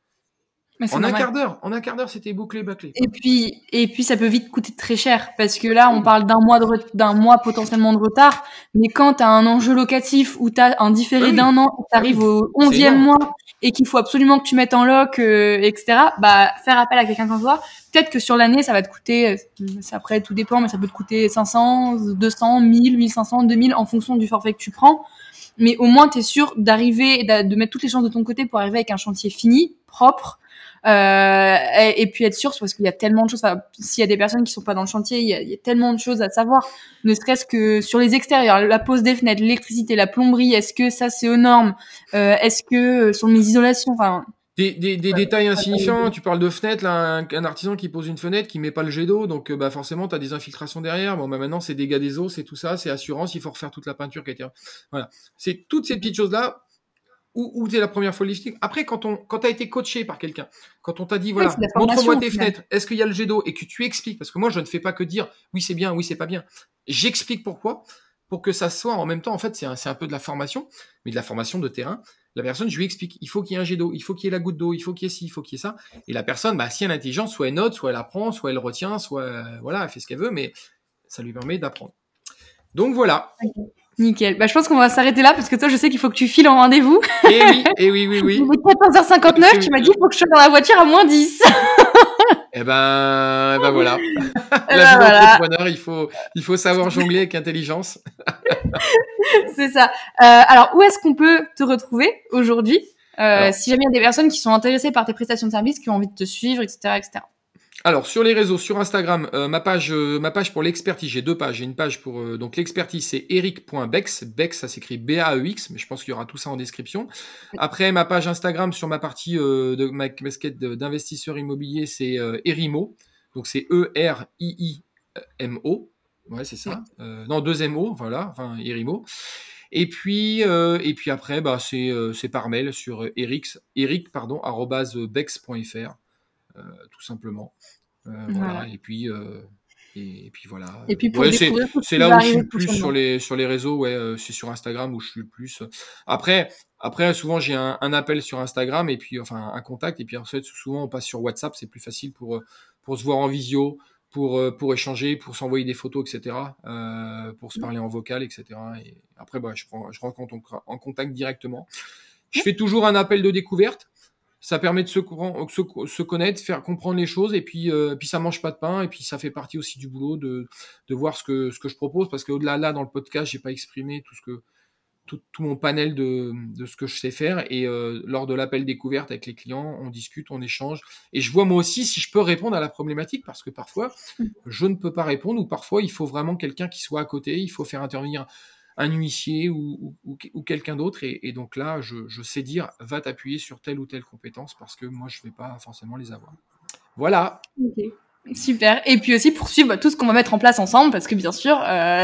En un quart d'heure, en un quart d'heure, c'était bouclé, bâclé. Et puis, et puis, ça peut vite coûter très cher parce que là, on parle d'un mois de re- d'un mois potentiellement de retard. Mais quand t'as un enjeu locatif ou t'as un différé Ah oui. d'un an, t'arrives Ah oui. au onzième mois et qu'il faut absolument que tu mettes en loc, euh, et cetera. Bah, faire appel à quelqu'un comme toi. Peut-être que sur l'année, ça va te coûter, euh, après, tout dépend, mais ça peut te coûter cinq cents, deux cents, mille, mille cinq cents, deux mille en fonction du forfait que tu prends. Mais au moins, t'es sûr d'arriver, de mettre toutes les chances de ton côté pour arriver avec un chantier fini, propre. Euh, et, et puis être sûr, parce qu'il y a tellement de choses. Enfin, s'il y a des personnes qui sont pas dans le chantier, il y a, il y a tellement de choses à savoir. Ne serait-ce que sur les extérieurs, la pose des fenêtres, l'électricité, la plomberie. Est-ce que ça c'est aux normes? euh, Est-ce que euh, sur mes isolations, enfin. Des, des, des ouais, détails insignifiants, tu parles de fenêtre, là, un, un artisan qui pose une fenêtre, qui met pas le jet d'eau, donc bah forcément t'as des infiltrations derrière. Bon bah maintenant c'est dégâts des eaux, c'est tout ça, c'est assurance, il faut refaire toute la peinture qui a été. Voilà, c'est toutes ces petites choses là où, où t'es la première fois le lifting. Après quand on quand t'as été coaché par quelqu'un, quand on t'a dit voilà, oui, montre-moi tes fenêtres, est-ce qu'il y a le jet d'eau, et que tu expliques, parce que moi je ne fais pas que dire oui c'est bien, oui c'est pas bien, j'explique pourquoi, pour que ça soit en même temps, en fait c'est un, c'est un peu de la formation, mais de la formation de terrain. La personne, je lui explique, il faut qu'il y ait un jet d'eau, il faut qu'il y ait la goutte d'eau, il faut qu'il y ait ci, il faut qu'il y ait ça. Et la personne, bah, si elle est intelligente, soit elle note, soit elle apprend, soit elle retient, soit, euh, voilà, elle fait ce qu'elle veut, mais ça lui permet d'apprendre. Donc voilà. Okay. Nickel. Bah, je pense qu'on va s'arrêter là, parce que toi, je sais qu'il faut que tu files en rendez-vous. Eh oui, eh oui, oui, oui. Il est quatorze heures cinquante-neuf, oui, tu m'as dit, il faut que je sois dans la voiture à moins dix. Eh ben, eh ben voilà. Eh la ben vie voilà. d'entrepreneur, il faut, il faut savoir jongler avec intelligence. C'est ça. Euh, alors, où est-ce qu'on peut te retrouver aujourd'hui, euh, alors, si jamais il y a des personnes qui sont intéressées par tes prestations de services, qui ont envie de te suivre, et cetera, et cetera. Alors sur les réseaux, sur Instagram, euh, ma page, euh, ma page pour l'expertise, j'ai deux pages. J'ai une page pour euh, donc l'expertise, c'est eric point bex, bex ça s'écrit B A E X, mais je pense qu'il y aura tout ça en description. Après ma page Instagram sur ma partie euh, de ma casquette d'investisseur immobilier, c'est euh, Erimo, donc c'est E R I I M O, ouais c'est ça. Euh, non deux M O, voilà, enfin Erimo. Et puis euh, et puis après bah c'est euh, c'est par mail sur eric eric pardon arobase bex point fr. Euh, tout simplement. Euh, voilà. voilà. Et puis, euh, et, et puis voilà. Et puis pour ouais, découvrir c'est, c'est là où je suis le plus sur les sur les réseaux. Ouais, euh, c'est sur Instagram où je suis le plus. Après, après souvent j'ai un, un appel sur Instagram et puis enfin un contact et puis ensuite souvent on passe sur WhatsApp. C'est plus facile pour pour se voir en visio, pour pour échanger, pour s'envoyer des photos, et cetera. Euh, pour se parler en vocal, et cetera. Et après, bah, je prends, je rentre en, en contact directement. Je fais toujours un appel de découverte. Ça permet de se, se, se connaître, faire comprendre les choses, et puis, euh, puis ça mange pas de pain, et puis ça fait partie aussi du boulot de, de voir ce que, ce que je propose, parce qu'au-delà là, dans le podcast, j'ai pas exprimé tout ce que tout, tout mon panel de, de ce que je sais faire, et euh, lors de l'appel découverte avec les clients, on discute, on échange, et je vois moi aussi si je peux répondre à la problématique, parce que parfois, je ne peux pas répondre, ou parfois, il faut vraiment quelqu'un qui soit à côté, il faut faire intervenir un huissier ou, ou, ou quelqu'un d'autre, et, et donc là, je, je sais dire, va t'appuyer sur telle ou telle compétence, parce que moi, je ne vais pas forcément les avoir. Voilà. Okay. Super. Et puis aussi poursuivre tout ce qu'on va mettre en place ensemble, parce que bien sûr, euh,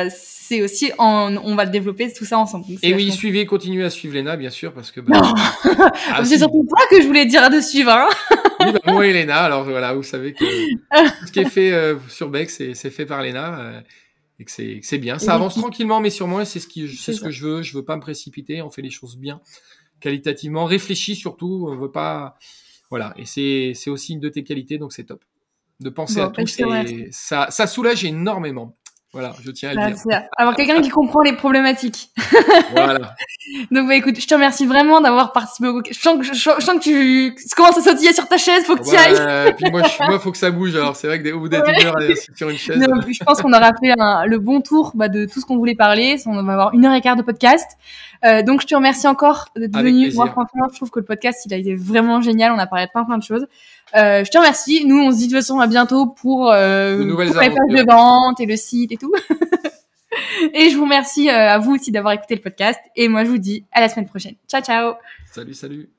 c'est aussi, en, on va le développer tout ça ensemble. Donc, et oui, vachement... suivez, continuez à suivre Léna, bien sûr, parce que... Bah, ah, c'est si. surtout toi que je voulais dire de suivre. Hein. Oui, bah, moi et Léna, alors voilà, vous savez que tout ce qui est fait euh, sur Beck, c'est, c'est fait par Léna. Euh, et que c'est, que c'est bien. Ça avance tranquillement, mais sûrement, et c'est ce, qui, c'est c'est ce que je veux. Je veux pas me précipiter, on fait les choses bien, qualitativement, réfléchi surtout, on veut pas... Voilà, et c'est, c'est aussi une de tes qualités, donc c'est top. De penser bon, à tout, c'est... ça, ça soulage énormément. Voilà, je tiens à bah, le dire. C'est avoir quelqu'un qui comprend les problématiques. Voilà. Donc, bah, écoute, je te remercie vraiment d'avoir participé au... Je sens que, je, je sens que tu commences à sautiller sur ta chaise, faut que tu ailles. Et puis moi, je, moi, faut que ça bouge. Alors, c'est vrai que des, ou d'être ouais. une heure sur une chaise. Non, je pense qu'on aura fait un, le bon tour bah, de tout ce qu'on voulait parler. On va avoir une heure et quart de podcast. Euh, donc, je te remercie encore d'être Avec venu. plaisir. Moi, franchement, je trouve que le podcast, il a été vraiment génial. On a parlé de plein, plein de choses. Euh, je te remercie. Nous, on se dit de toute façon à bientôt pour, euh, pour les pages de vente et le site et tout. Et je vous remercie euh, à vous aussi d'avoir écouté le podcast. Et moi, je vous dis à la semaine prochaine. Ciao, ciao. Salut, salut.